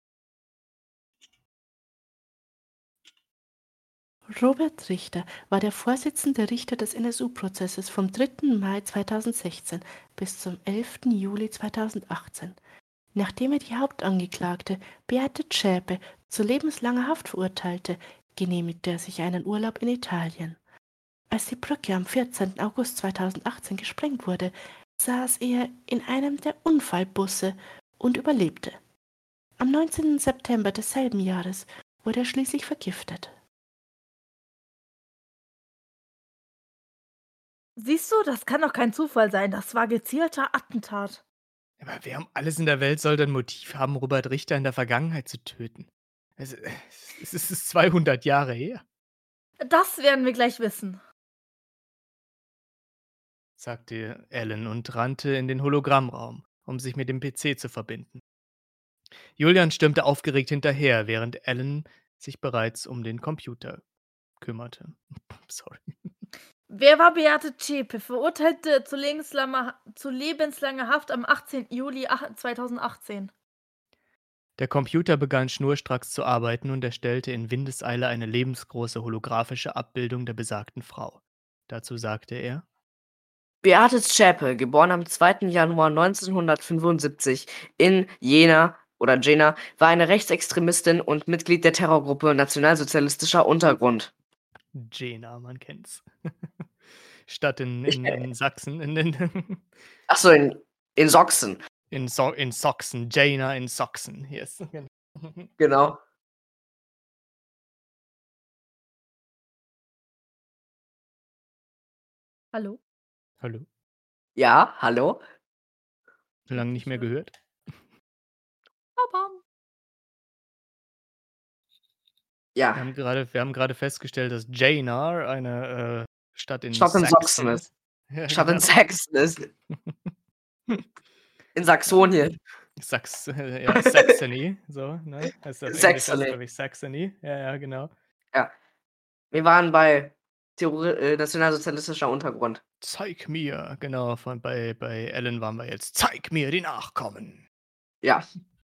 Robert Richter war der Vorsitzende Richter des N S U-Prozesses vom dritten Mai zweitausendsechzehn bis zum elften Juli zweitausendachtzehn. Nachdem er die Hauptangeklagte Beate Zschäpe zu lebenslanger Haft verurteilte, genehmigte er sich einen Urlaub in Italien. Als die Brücke am vierzehnten August zweitausendachtzehn gesprengt wurde, saß er in einem der Unfallbusse und überlebte. Am neunzehnten September desselben Jahres wurde er schließlich vergiftet. Siehst du, das kann doch kein Zufall sein. Das war gezielter Attentat. Aber wer um alles in der Welt soll denn Motiv haben, Robert Richter in der Vergangenheit zu töten? Es, es ist zweihundert Jahre her, Das werden wir gleich wissen. sagte Ellen und rannte in den Hologrammraum, um sich mit dem P C zu verbinden. Julian stürmte aufgeregt hinterher, während Ellen sich bereits um den Computer kümmerte. Sorry. Wer war Beate Zschäpe, verurteilte zu lebenslanger, zu lebenslanger Haft am achtzehnten Juli zweitausendachtzehn? Der Computer begann schnurstracks zu arbeiten und erstellte in Windeseile eine lebensgroße holographische Abbildung der besagten Frau. Dazu sagte er: Beate Zschäpe, geboren am zweiten Januar neunzehnhundertfünfundsiebzig in Jena oder Jena, war eine Rechtsextremistin und Mitglied der Terrorgruppe Nationalsozialistischer Untergrund. Jena, man kennt's. Stadt in in in Sachsen, in den Ach so, in, in Sachsen. in So in Sachsen, Jena in Sachsen, yes. Genau. Hallo? Hallo, Ja, hallo? lange nicht mehr gehört. Papa. Wir Ja, haben gerade wir haben gerade festgestellt, dass Jena eine, äh, Stadt in Stadt in Sachsen Sachsen ist. ist. Ja, Stadt in genau. Sachsen ist. In Saxonien. Sachs äh, ja, Saxony, so, ne? Heißt auf Englisch heißt es, Saxony. glaube ich, Saxony. Ja, ja, genau. Ja. Wir waren bei Theorie, äh, nationalsozialistischer Untergrund. Zeig mir, genau, von bei bei Ellen waren wir jetzt. Zeig mir die Nachkommen. Ja.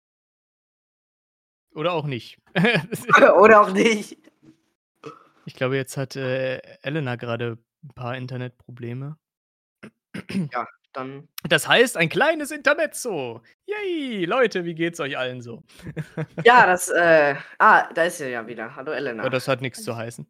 Oder auch nicht. Oder auch nicht. Ich glaube, jetzt hat, äh, Elena gerade ein paar Internetprobleme. Ja, dann. Das heißt, ein kleines Intermezzo. Yay, Leute, wie geht's euch allen so? Ja, das, äh. Ah, da ist sie ja wieder. Hallo, Ja, Elena. das hat nichts zu heißen.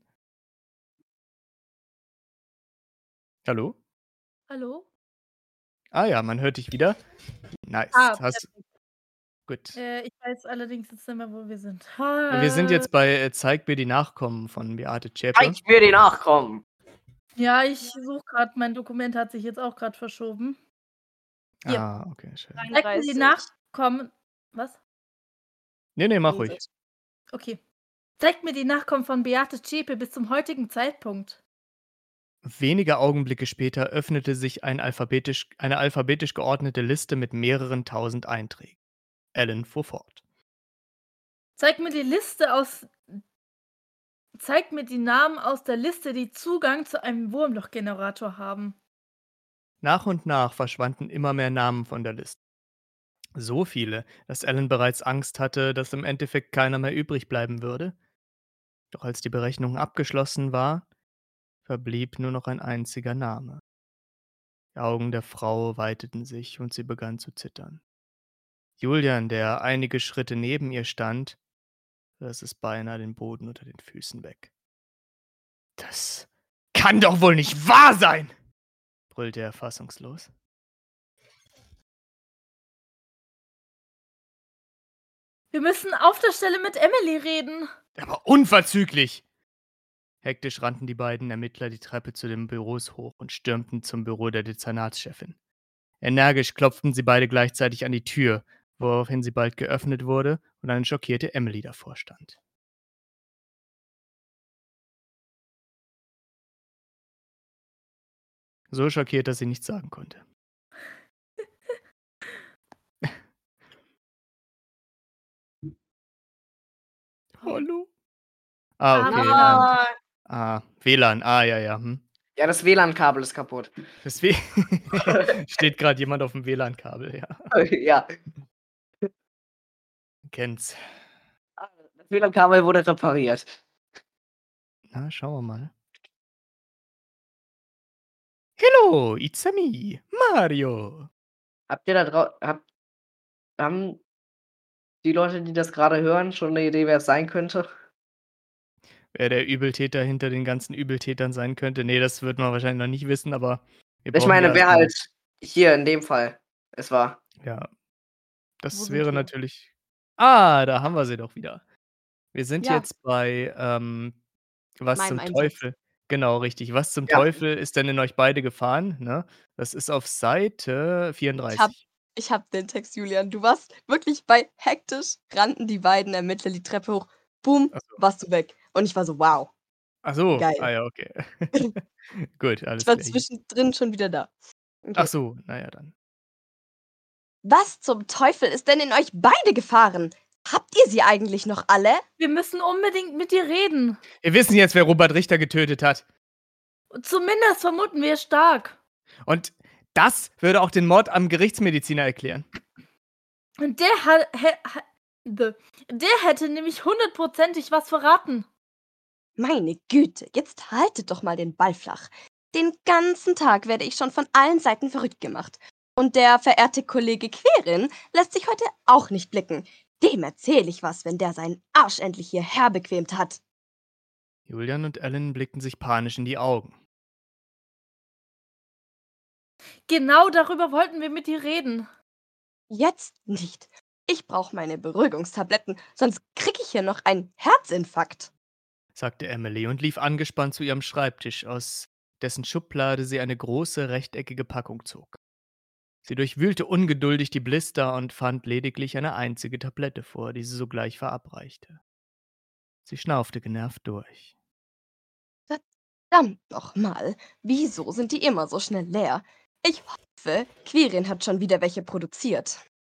Hallo? Hallo? Ah ja, man hört dich wieder. Nice. Ah, Hast gut. Äh, ich weiß allerdings jetzt nicht mehr, wo wir sind. Wir sind jetzt bei, äh, „Zeig mir die Nachkommen" von Beate Zschäpe. Zeig mir die Nachkommen. Ja, ich suche gerade, mein Dokument hat sich jetzt auch gerade verschoben. Hier. Ah, okay, schön. Zeig mir die einunddreißig. Nachkommen. Was? Ne, ne, mach ruhig. Okay. Zeigt mir die Nachkommen von Beate Zschäpe bis zum heutigen Zeitpunkt. Wenige Augenblicke später öffnete sich ein alphabetisch eine alphabetisch geordnete Liste mit mehreren tausend Einträgen. Ellen fuhr fort. Zeig mir die Liste aus. Zeig mir die Namen aus der Liste, die Zugang zu einem Wurmlochgenerator haben. Nach und nach verschwanden immer mehr Namen von der Liste. So viele, dass Ellen bereits Angst hatte, dass im Endeffekt keiner mehr übrig bleiben würde. Doch als die Berechnung abgeschlossen war, verblieb nur noch ein einziger Name. Die Augen der Frau weiteten sich und sie begann zu zittern. Julian, der einige Schritte neben ihr stand, riss es beinahe den Boden unter den Füßen weg. »Das kann doch wohl nicht wahr sein!« brüllte er fassungslos. Wir müssen auf der Stelle mit Emily reden. »Aber unverzüglich!« Hektisch rannten die beiden Ermittler die Treppe zu den Büros hoch und stürmten zum Büro der Dezernatschefin. Energisch klopften sie beide gleichzeitig an die Tür, woraufhin sie bald geöffnet wurde und eine schockierte Emily davor stand. So schockiert, dass sie nichts sagen konnte. Hallo? Ah, okay. Ah, ähm, Ah, W L A N. Ah, ja, ja. Hm. Ja, das W L A N-Kabel ist kaputt. Deswegen steht gerade jemand auf dem W L A N-Kabel, ja. Ja. Kennt's. Das W L A N-Kabel wurde repariert. Na, schauen wir mal. Hello, it's a me, Mario. Habt ihr da draußen. Habt, haben die Leute, die das gerade hören, schon eine Idee, wer es sein könnte? Wer der Übeltäter hinter den ganzen Übeltätern sein könnte? Nee, das wird man wahrscheinlich noch nicht wissen, aber wir Ich brauchen meine, ja wer so- halt hier in dem Fall es war. Ja, Wo das sind wäre wir? natürlich. Ah, da haben wir sie doch wieder. Wir sind Ja. jetzt bei ähm, was Meinem zum Einsatz. Teufel. Genau, richtig. Was zum Ja. Teufel ist denn in euch beide gefahren? Ne? Das ist auf Seite vierunddreißig. Ich hab den Text, Julian. Du warst wirklich bei hektisch, rannten die beiden Ermittler die Treppe hoch. Boom, Ach so. warst du weg. Und ich war so, wow. Ach so. Geil. Ah ja, okay. Gut, alles Ich war klar. zwischendrin schon wieder da. Okay. Ach so, naja dann. Was zum Teufel ist denn in euch beide gefahren? Habt ihr sie eigentlich noch alle? Wir müssen unbedingt mit dir reden. Wir wissen jetzt, wer Robert Richter getötet hat. Zumindest vermuten wir stark. Und das würde auch den Mord am Gerichtsmediziner erklären. Und der, ha, ha, ha, the- der hätte nämlich hundertprozentig was verraten. Meine Güte, jetzt haltet doch mal den Ball flach. Den ganzen Tag werde ich schon von allen Seiten verrückt gemacht. Und der verehrte Kollege Querin lässt sich heute auch nicht blicken. Dem erzähle ich was, wenn der seinen Arsch endlich hierher bequemt hat. Julian und Ellen blickten sich panisch in die Augen. Genau darüber wollten wir mit dir reden. Jetzt nicht. Ich brauche meine Beruhigungstabletten, sonst krieg ich hier noch einen Herzinfarkt. Sagte Emily und lief angespannt zu ihrem Schreibtisch, aus dessen Schublade sie eine große rechteckige Packung zog. Sie durchwühlte ungeduldig die Blister und fand lediglich eine einzige Tablette vor, die sie sogleich verabreichte. Sie schnaufte genervt durch. Verdammt nochmal, wieso sind die immer so schnell leer? Ich hoffe, Quirin hat schon wieder welche produziert.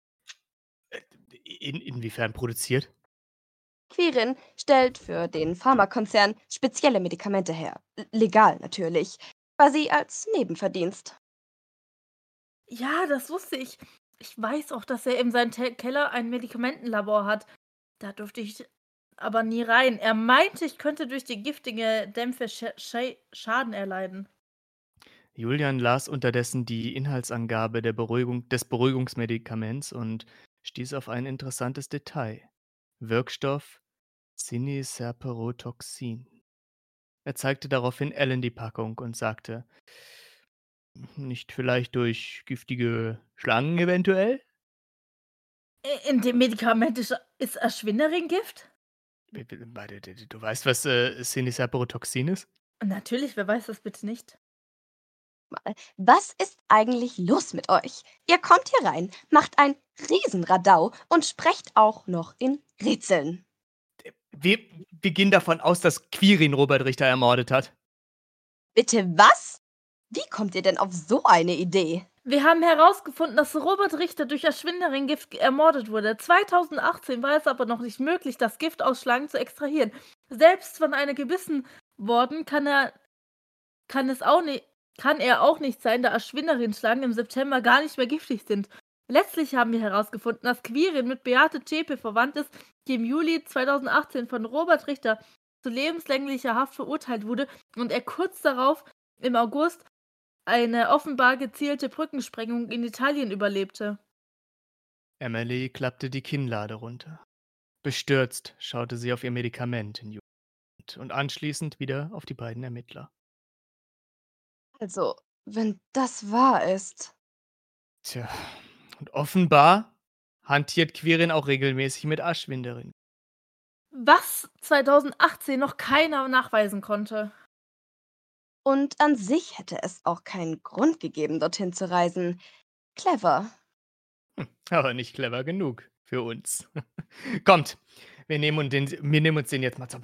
In, inwiefern produziert? Quirin stellt für den Pharmakonzern spezielle Medikamente her. L- Legal natürlich. Quasi als Nebenverdienst. Ja, das wusste ich. Ich weiß auch, dass er in seinem Te Keller ein Medikamentenlabor hat. Da durfte ich aber nie rein. Er meinte, ich könnte durch die giftige Dämpfe Scha Scha Schaden erleiden. Julian las unterdessen die Inhaltsangabe der Beruhigung, des Beruhigungsmedikaments und stieß auf ein interessantes Detail. Wirkstoff Ciniserperotoxin. Er zeigte daraufhin Ellen die Packung und sagte, nicht vielleicht durch giftige Schlangen eventuell? I in dem Medikament ist ist Erschwinderin-Gift? W- w- Warte, d- d- du weißt, was äh, Ciniserperotoxin ist? Natürlich, wer weiß das bitte nicht? Mal, was ist eigentlich los mit euch? Ihr kommt hier rein, macht ein Riesenradau und sprecht auch noch in Rätseln. Wir, wir gehen davon aus, dass Quirin Robert Richter ermordet hat. Bitte was? Wie kommt ihr denn auf so eine Idee? Wir haben herausgefunden, dass Robert Richter durch Erschwinderin-Gift ermordet wurde. zweitausendachtzehn war es aber noch nicht möglich, das Gift aus Schlangen zu extrahieren. Selbst von einer gebissen worden kann er kann es auch nicht kann er auch nicht sein, da Erschwinderin-Schlangen im September gar nicht mehr giftig sind. Letztlich haben wir herausgefunden, dass Quirin mit Beate Zschäpe verwandt ist, die im Juli zweitausendachtzehn von Robert Richter zu lebenslänglicher Haft verurteilt wurde und er kurz darauf im August eine offenbar gezielte Brückensprengung in Italien überlebte. Emily klappte die Kinnlade runter. Bestürzt schaute sie auf ihr Medikament in Julian und anschließend wieder auf die beiden Ermittler. Also, wenn das wahr ist. Tja, und offenbar hantiert Quirin auch regelmäßig mit Aschwinderin. Was zweitausendachtzehn noch keiner nachweisen konnte. Und an sich hätte es auch keinen Grund gegeben, dorthin zu reisen. Clever. Hm, aber nicht clever genug für uns. Kommt, wir nehmen, uns den, wir nehmen uns den jetzt mal zum.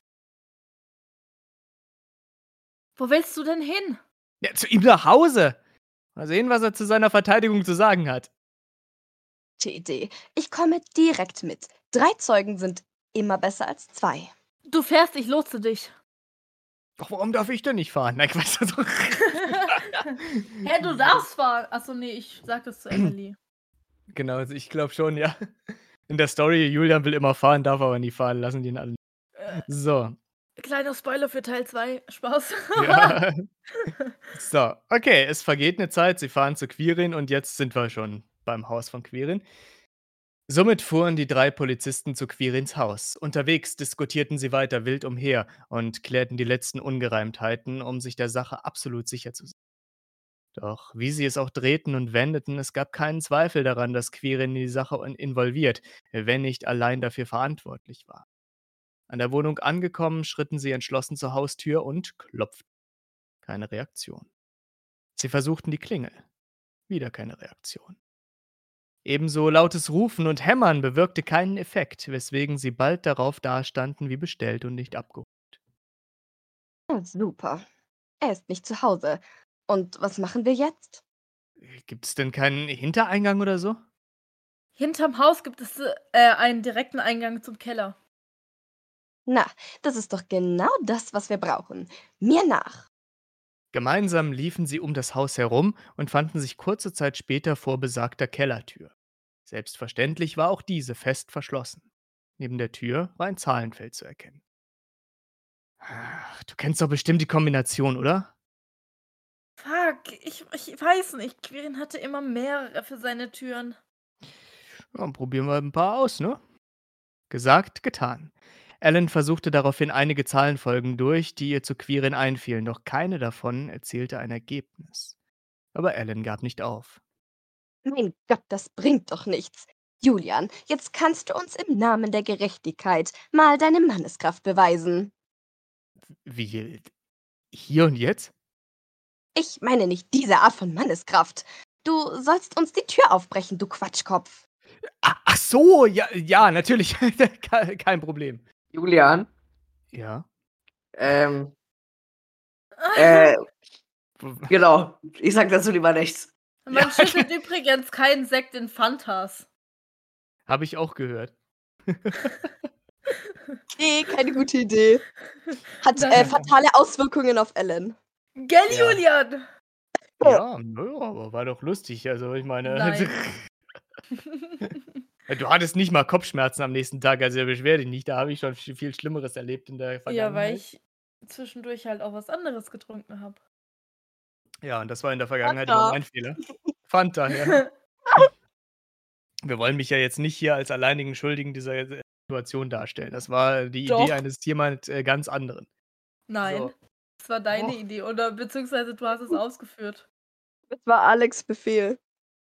Wo willst du denn hin? Ja, zu ihm nach Hause. Mal sehen, was er zu seiner Verteidigung zu sagen hat. Gute Idee. Ich komme direkt mit. Drei Zeugen sind immer besser als zwei. Du fährst, ich lotse dich. Doch warum darf ich denn nicht fahren? Nein, Quatsch. Also. Hä, du darfst fahren. Achso, nee, ich sag das zu Emily. Genau, also ich glaube schon, ja. In der Story, Julian will immer fahren, darf aber nie fahren. Lassen die ihn alle. Äh, So. kleiner Spoiler für Teil zwei. Spaß. Ja. So, okay, es vergeht eine Zeit, sie fahren zu Quirin und jetzt sind wir schon beim Haus von Quirin. Somit fuhren die drei Polizisten zu Quirins Haus. Unterwegs diskutierten sie weiter wild umher und klärten die letzten Ungereimtheiten, um sich der Sache absolut sicher zu sein. Doch wie sie es auch drehten und wendeten, es gab keinen Zweifel daran, dass Quirin in die Sache in- involviert, wenn nicht allein dafür verantwortlich war. An der Wohnung angekommen, schritten sie entschlossen zur Haustür und klopften. Keine Reaktion. Sie versuchten die Klingel. Wieder keine Reaktion. Ebenso lautes Rufen und Hämmern bewirkte keinen Effekt, weswegen sie bald darauf dastanden wie bestellt und nicht abgeholt. Ja, super. Er ist nicht zu Hause. Und was machen wir jetzt? Gibt es denn keinen Hintereingang oder so? Hinterm Haus gibt es äh, einen direkten Eingang zum Keller. Na, das ist doch genau das, was wir brauchen. Mir nach. Gemeinsam liefen sie um das Haus herum und fanden sich kurze Zeit später vor besagter Kellertür. Selbstverständlich war auch diese fest verschlossen. Neben der Tür war ein Zahlenfeld zu erkennen. Ach, du kennst doch bestimmt die Kombination, oder? Fuck, ich, ich weiß nicht. Quirin hatte immer mehrere für seine Türen. Ja, dann probieren wir ein paar aus, ne? Gesagt, getan. Ellen versuchte daraufhin einige Zahlenfolgen durch, die ihr zu Quirin einfielen, doch keine davon erzählte ein Ergebnis. Aber Ellen gab nicht auf. Mein Gott, das bringt doch nichts. Julian, jetzt kannst du uns im Namen der Gerechtigkeit mal deine Manneskraft beweisen. Wie? Hier und jetzt? Ich meine nicht diese Art von Manneskraft. Du sollst uns die Tür aufbrechen, du Quatschkopf. Ah, ach so, ja, ja, natürlich. Ke- Kein Problem. Julian, Ja. ähm, äh, W- genau. Ich sag dazu lieber nichts. Man Ja. schüttet übrigens keinen Sekt in Fantas. Habe ich auch gehört. Nee, keine gute Idee. Hat Nein. äh, fatale Auswirkungen auf Ellen. Gell, Ja. Julian? Ja, nö, aber war doch lustig. Also, ich meine. Nein. Du hattest nicht mal Kopfschmerzen am nächsten Tag, also beschwer dich nicht. Da habe ich schon viel viel Schlimmeres erlebt in der Ja, Vergangenheit. weil ich zwischendurch halt auch was anderes getrunken habe. Ja, und das war in der Vergangenheit immer Fanta. mein Fehler. Fanta, ja. Wir wollen mich ja jetzt nicht hier als alleinigen Schuldigen dieser äh, Situation darstellen. Das war die Doch. Idee eines jemand äh, ganz anderen. Nein, So. das war deine Och. Idee, oder beziehungsweise du hast es ausgeführt. Das war Alex Befehl.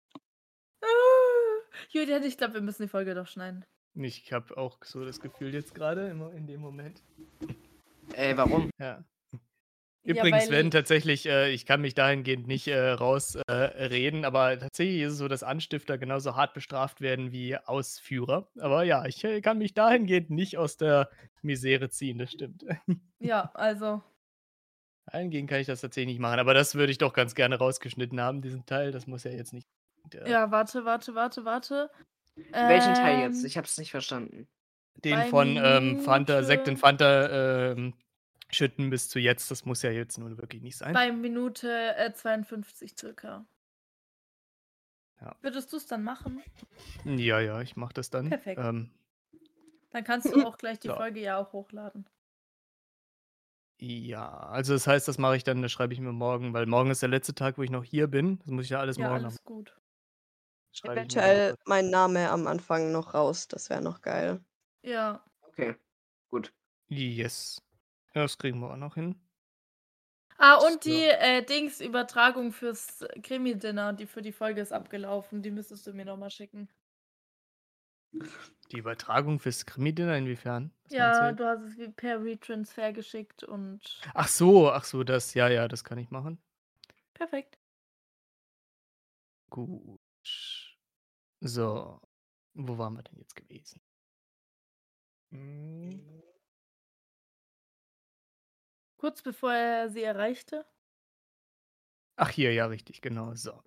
Ah, Julian, ich glaube, wir müssen die Folge doch schneiden. Ich habe auch so das Gefühl jetzt gerade im- in dem Moment. Ey, warum? Ja. Ja, Übrigens weil- werden tatsächlich, äh, ich kann mich dahingehend nicht äh, rausreden, äh, reden, aber tatsächlich ist es so, dass Anstifter genauso hart bestraft werden wie Ausführer. Aber ja, ich äh, kann mich dahingehend nicht aus der Misere ziehen, das stimmt. Ja, also. Dahingehend kann ich das tatsächlich nicht machen, aber das würde ich doch ganz gerne rausgeschnitten haben, diesen Teil. Das muss ja jetzt nicht. Äh, Ja, warte, warte, warte, warte. Welchen Teil jetzt? Ähm, Ich hab's nicht verstanden. Den bei von ähm, Fanta, Sekt in Minute- Fanta ähm, schütten bis zu jetzt, das muss ja jetzt nun wirklich nicht sein. Bei Minute äh, zweiundfünfzig circa. Ja. Würdest du es dann machen? Ja, ja, ich mach das dann. Perfekt. Ähm, Dann kannst du auch gleich die Ja. Folge ja auch hochladen. ja, also das heißt, das mache ich dann, das schreibe ich mir morgen, weil morgen ist der letzte Tag, wo ich noch hier bin. Das muss ich ja alles Ja, morgen alles noch. gut. Schreibe ich mir Eventuell noch. mein Name am Anfang noch raus. Das wäre noch geil. Ja. Okay, gut. Yes. Ja, das kriegen wir auch noch hin. Ah, und So. die äh, Dings-Übertragung fürs Krimi-Dinner, die für die Folge ist abgelaufen. Die müsstest du mir nochmal schicken. Die Übertragung fürs Krimi-Dinner, inwiefern? Was meinst du Ja, jetzt? du hast es wie per Retransfer geschickt und Ach so, ach so, das, ja, ja, das kann ich machen. perfekt. Gut. So. Wo waren wir denn jetzt gewesen? Hm. Kurz bevor er sie erreichte. Ach, hier, ja, richtig, genau, so.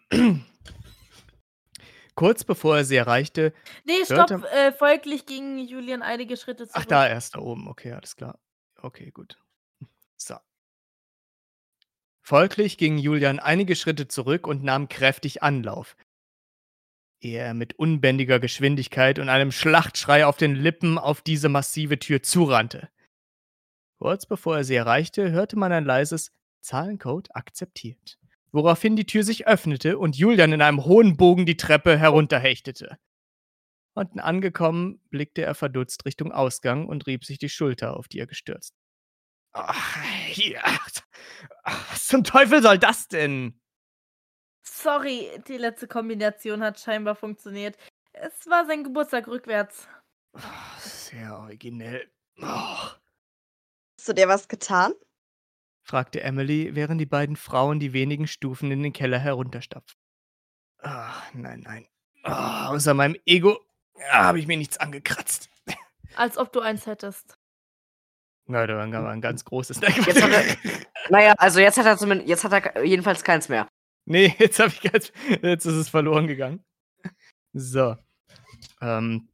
Kurz bevor er sie erreichte. Nee, Hörte- stopp. Äh, folglich ging Julian einige Schritte zurück. Ach, da erst da oben, okay, alles klar. Okay, gut. So. Folglich ging Julian einige Schritte zurück und nahm kräftig Anlauf. Ehe er mit unbändiger Geschwindigkeit und einem Schlachtschrei auf den Lippen auf diese massive Tür zurannte. Kurz bevor er sie erreichte, hörte man ein leises Zahlencode akzeptiert, woraufhin die Tür sich öffnete und Julian in einem hohen Bogen die Treppe herunterhechtete. Unten angekommen, blickte er verdutzt Richtung Ausgang und rieb sich die Schulter, auf die er gestürzt. Ach, hier. Ach, was zum Teufel soll das denn? Sorry, die letzte Kombination hat scheinbar funktioniert. Es war sein Geburtstag rückwärts. Ach, sehr originell. Oh, Hast du dir was getan? fragte Emily, während die beiden Frauen die wenigen Stufen in den Keller herunterstapften. Ach, nein, nein. Ah, außer meinem Ego ah, habe ich mir nichts angekratzt. Als ob du eins hättest. Na, da war ein ganz großes. Jetzt hat er, naja, also jetzt hat er zumindest, jetzt hat er jedenfalls keins mehr. Nee, jetzt habe ich ganz, jetzt ist es verloren gegangen. So. Ähm.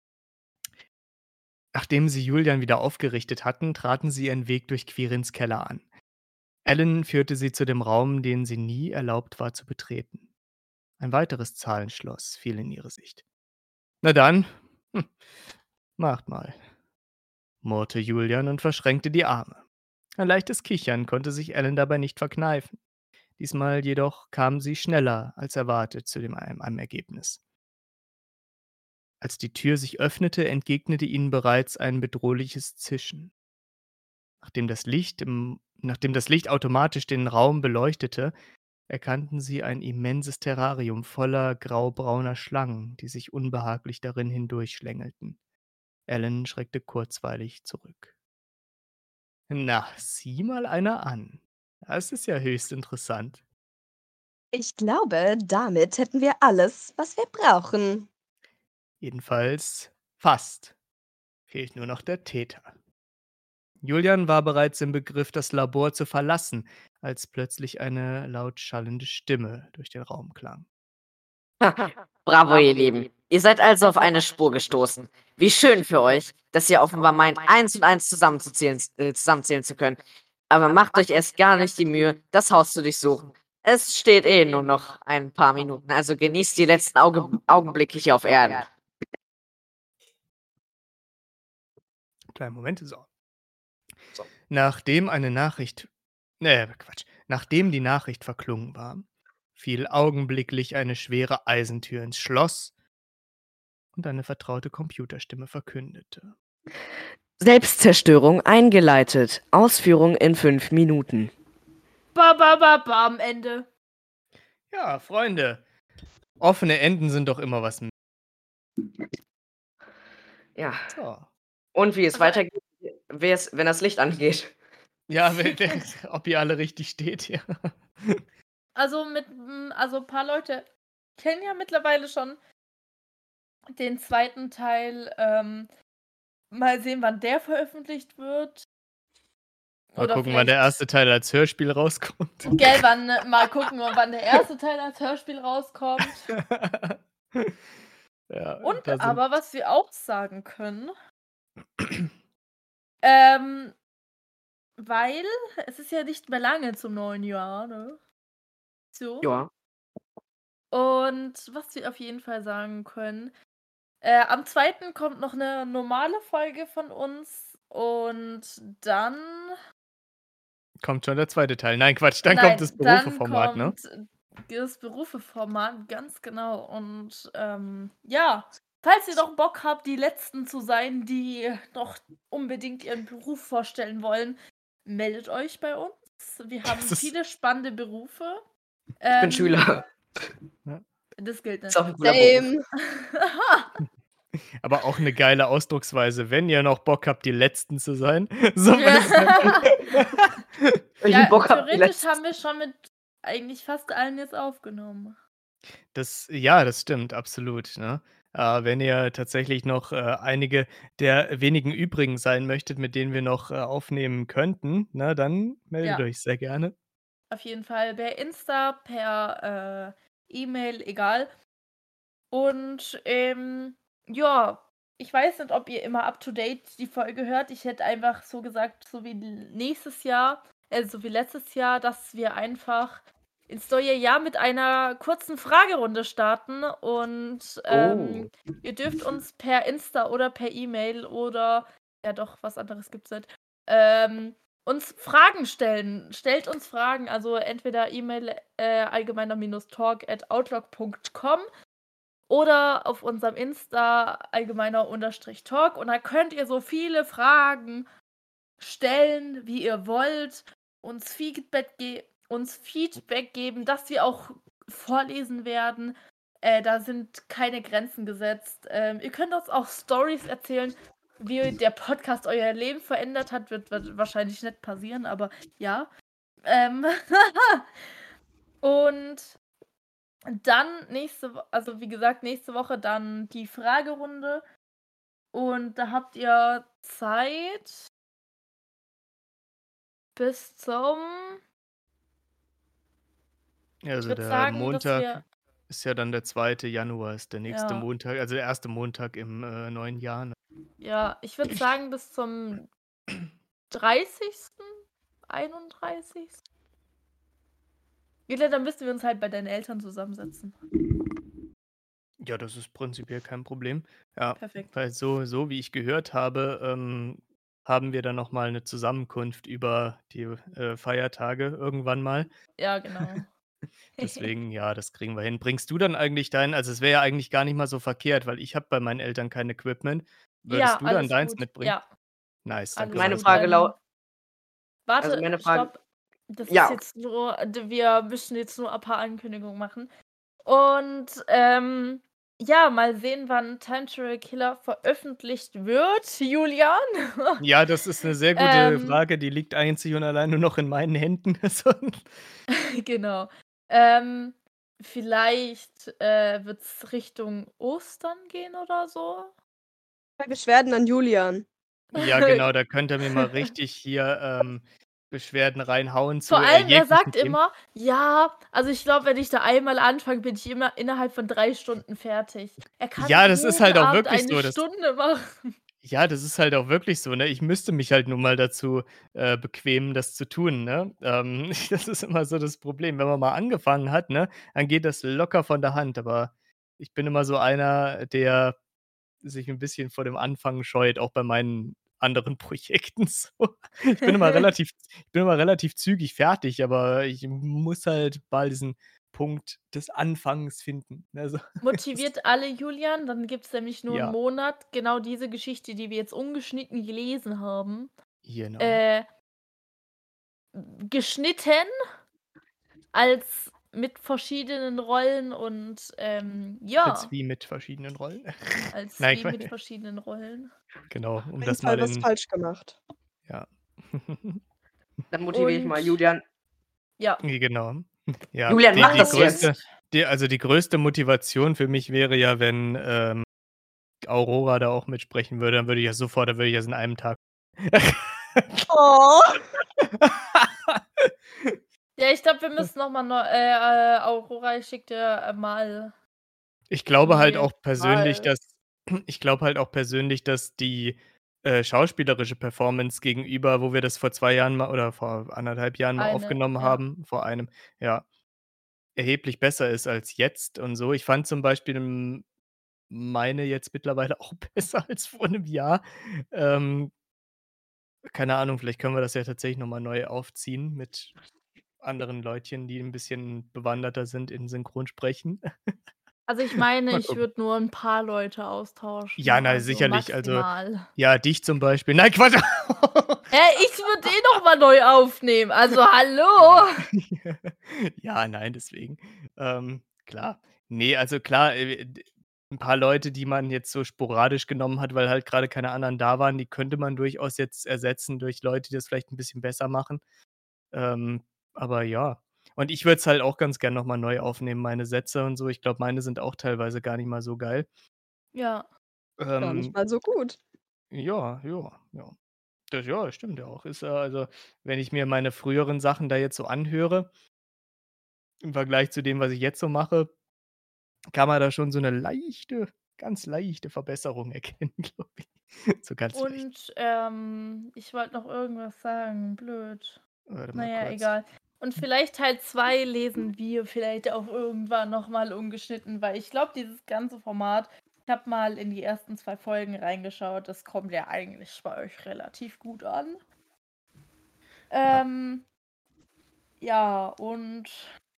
Nachdem sie Julian wieder aufgerichtet hatten, traten sie ihren Weg durch Quirins Keller an. Ellen führte sie zu dem Raum, den sie nie erlaubt war zu betreten. Ein weiteres Zahlenschloss fiel in ihre Sicht. Na dann, hm, macht mal, murrte Julian und verschränkte die Arme. Ein leichtes Kichern konnte sich Ellen dabei nicht verkneifen. Diesmal jedoch kam sie schneller als erwartet zu dem einem, einem Ergebnis. Als die Tür sich öffnete, entgegnete ihnen bereits ein bedrohliches Zischen. Nachdem das Licht im nachdem das Licht automatisch den Raum beleuchtete, erkannten sie ein immenses Terrarium voller graubrauner Schlangen, die sich unbehaglich darin hindurchschlängelten. Ellen schreckte kurzweilig zurück. Na, sieh mal einer an. Das ist ja höchst interessant. Ich glaube, damit hätten wir alles, was wir brauchen. Jedenfalls fast. Fehlt nur noch der Täter. Julian war bereits im Begriff, das Labor zu verlassen, als plötzlich eine laut schallende Stimme durch den Raum klang. Bravo, ihr Lieben. Ihr seid also auf eine Spur gestoßen. Wie schön für euch, dass ihr offenbar meint, eins und eins zusammenzuzählen, äh, zusammenzählen zu können. Aber macht euch erst gar nicht die Mühe, das Haus zu durchsuchen. Es steht eh nur noch ein paar Minuten, also genießt die letzten Auge Augenblicke hier auf Erden. Kleinen Moment, so. So. Nachdem eine Nachricht, äh, Quatsch, nachdem die Nachricht verklungen war, fiel augenblicklich eine schwere Eisentür ins Schloss und eine vertraute Computerstimme verkündete. Selbstzerstörung eingeleitet. Ausführung in fünf Minuten. Ba, ba, ba, ba, am Ende. Ja, Freunde, offene Enden sind doch immer was. Ja. So. Und wie es Also- weitergeht, wer es- wenn das Licht angeht. Ja, wer- wer- ob ihr alle richtig steht, ja. Also mit, mm, also ein paar Leute kennen ja mittlerweile schon den zweiten Teil. Ähm, mal sehen, wann der veröffentlicht wird. Mal Oder gucken, wann der vielleicht- erste Teil als Hörspiel rauskommt. Gell, wann, mal gucken, wann der erste Teil als Hörspiel rauskommt. Ja, Und da sind- aber was wir auch sagen können, ähm, weil es ist ja nicht mehr lange zum neuen Jahr, ne? So. Ja. Und was wir auf jeden Fall sagen können, äh, am zweiten kommt noch eine normale Folge von uns und dann. kommt schon der zweite Teil. Nein, Quatsch, dann Nein, kommt das dann Berufe-Format, ne? kommt das Berufe-Format, ganz genau. Und ähm, ja, falls ihr noch Bock habt, die Letzten zu sein, die noch unbedingt ihren Beruf vorstellen wollen, meldet euch bei uns. Wir haben Das ist- viele spannende Berufe. Ich Ähm, bin Schüler. Das gilt Ist nicht. auch ein cooler Beruf. Same. Aber auch eine geile Ausdrucksweise, wenn ihr noch Bock habt, die Letzten zu sein. So Ja. was halt- Wenn Ja, ihr Bock habt, die theoretisch letzte- haben wir schon mit eigentlich fast allen jetzt aufgenommen. Das, ja, das stimmt, absolut. Ne? Äh, wenn ihr tatsächlich noch äh, einige der wenigen übrigen sein möchtet, mit denen wir noch äh, aufnehmen könnten, na, dann meldet Ja. euch sehr gerne. Auf jeden Fall per Insta, per äh, E-Mail, egal. Und ähm, ja, ich weiß nicht, ob ihr immer up-to-date die Folge hört. Ich hätte einfach so gesagt, so wie nächstes Jahr, also so wie letztes Jahr, dass wir einfach ins neue Jahr mit einer kurzen Fragerunde starten. Und ähm, ihr dürft uns per Insta oder per E-Mail oder, ja doch, was anderes gibt es nicht, ähm, uns Fragen stellen. Stellt uns Fragen, also entweder E-Mail äh, allgemeiner-talk at outlook punkt com oder auf unserem Insta allgemeiner-talk und da könnt ihr so viele Fragen stellen, wie ihr wollt, uns Feedback, ge uns Feedback geben, das wir auch vorlesen werden. Äh, da sind keine Grenzen gesetzt. Ähm, ihr könnt uns auch Stories erzählen, wie der Podcast euer Leben verändert hat. Wird, wird wahrscheinlich nicht passieren, aber ja. Ähm und dann nächste Woche, also wie gesagt, nächste Woche dann die Fragerunde. Und da habt ihr Zeit bis zum. Ja, also würd der sagen, dass Montag wir- ist ja dann der zweite Januar, ist der nächste Ja. Montag, also der erste Montag im äh, neuen Jahr. Ne? Ja, ich würde sagen bis zum dreißigsten einunddreißigsten Julia, dann müssten wir uns halt bei deinen Eltern zusammensetzen. Ja, das ist prinzipiell kein Problem. Ja, Perfekt. weil so, so wie ich gehört habe, ähm, haben wir dann nochmal eine Zusammenkunft über die äh, Feiertage irgendwann mal. Ja, genau. Deswegen, ja, das kriegen wir hin. Bringst du dann eigentlich dein also, es wäre ja eigentlich gar nicht mal so verkehrt, weil ich habe bei meinen Eltern kein Equipment. Ja, Würdest du dann alles deins gut. mitbringen? Ja, Nice, dann alles können wir Meine das gut. Frage machen. Ähm, lau also warte, meine Frage stopp. Das ist ja, jetzt nur d wir müssen jetzt nur ein paar Ankündigungen machen. Und, ähm, ja, mal sehen, wann Time Trial Killer veröffentlicht wird, Julian. Ja, das ist 'ne sehr gute Ähm, Frage, die liegt einzig und allein nur noch in meinen Händen. So genau. Ähm, vielleicht, äh, wird's Richtung Ostern gehen oder so? Bei Beschwerden an Julian. Ja, genau, da könnt ihr mir mal richtig hier, ähm, Beschwerden reinhauen Vor zu, äh, allem, er jeglichen sagt Themen. immer: „Ja, also, ich glaube, wenn ich da einmal anfange, bin ich immer innerhalb von drei Stunden fertig.“ Er kann Ja, das ist jeden halt auch Abend wirklich eine so, das Stunde machen. ja, das ist halt auch wirklich so, ne? Ich müsste mich halt nun mal dazu, äh, bequemen, das zu tun, ne? Ähm, das ist immer so das Problem. Wenn man mal angefangen hat, ne, dann geht das locker von der Hand, aber ich bin immer so einer, der sich 'n bisschen vor dem Anfangen scheut, auch bei meinen anderen Projekten so. Ich bin immer relativ ich bin immer relativ zügig fertig, aber ich muss halt mal diesen Punkt des Anfangens finden, ne, so. Das Motiviert alle, Julian, dann gibt's nämlich nur 'n ja, Monat genau diese Geschichte, die wir jetzt ungeschnitten gelesen haben, genau. äh, geschnitten als mit verschiedenen Rollen und, ähm, Als ja, wie mit verschiedenen Rollen? als Nein, wie Qua mit verschiedenen Rollen. genau, Auf um jeden das mal Fall was in falsch gemacht. ja. dann motiviere ich mal Und Julian. ja, Ne, genau. Ja, Julian, die mach die das größte jetzt. und die also, die größte Motivation für mich wäre ja, wenn, ähm, Aurora da auch mitsprechen würde, dann würde ich ja sofort dann würde ich das in einem Tag Oh. ja, ich glaube, wir müssen noch mal neu äh, äh, Aurora, ich schicke dir, äh, mal Ich glaube halt die auch persönlich, Mal. dass ich glaube halt auch persönlich, dass die, äh, schauspielerische Performance gegenüber, wo wir das vor zwei Jahren mal oder vor anderthalb Jahren mal eine, aufgenommen ja. haben vor einem, ja, erheblich besser ist als jetzt und so. Ich fand zum Beispiel, hm, meine jetzt mittlerweile auch besser als vor 'nem Jahr. Ähm, keine Ahnung, vielleicht können wir das ja tatsächlich noch mal neu aufziehen mit anderen Leutchen, die 'n bisschen bewanderter sind in Synchronsprechen. Also, ich meine, Mal ich gucken. würde nur 'n paar Leute austauschen, Ja, na, also sicherlich. Also, maximal. ja, dich zum Beispiel. Nein, Quatsch. Hä, ich würde den noch mal neu aufnehmen. Also, Ja. hallo? Ja, nein, deswegen. Ähm, klar. Ne, also klar, äh, d 'n paar Leute, die man jetzt so sporadisch genommen hat, weil halt grade keine anderen da waren, die könnte man durchaus jetzt ersetzen durch Leute, die das vielleicht 'n bisschen besser machen. Ähm, aber ja. Und ich würde es halt auch ganz gern noch mal neu aufnehmen, meine Sätze und so. Ich glaube, meine sind auch teilweise gar nicht mal so geil. Ja. Gar nicht Ähm, mal so gut. ja, ja, ja. Das ja, stimmt ja auch. Ist ja also, wenn ich mir meine früheren Sachen da jetzt so anhöre, im Vergleich zu dem, was ich jetzt so mache, kann man da schon so 'ne leichte ganz leichte Verbesserung erkennen, glaube ich. So ganz leicht. Und, ähm, ich wollte noch irgendwas sagen, blöd. Warte Na mal ja, kurz. egal. Und vielleicht Teil zwei lesen wir vielleicht auch irgendwann noch mal ungeschnitten, weil ich glaube, dieses ganze Format ich habe mal in die ersten zwei Folgen reingeschaut, das kommt ja eigentlich bei euch relativ gut an. Ja, Ähm, ja, und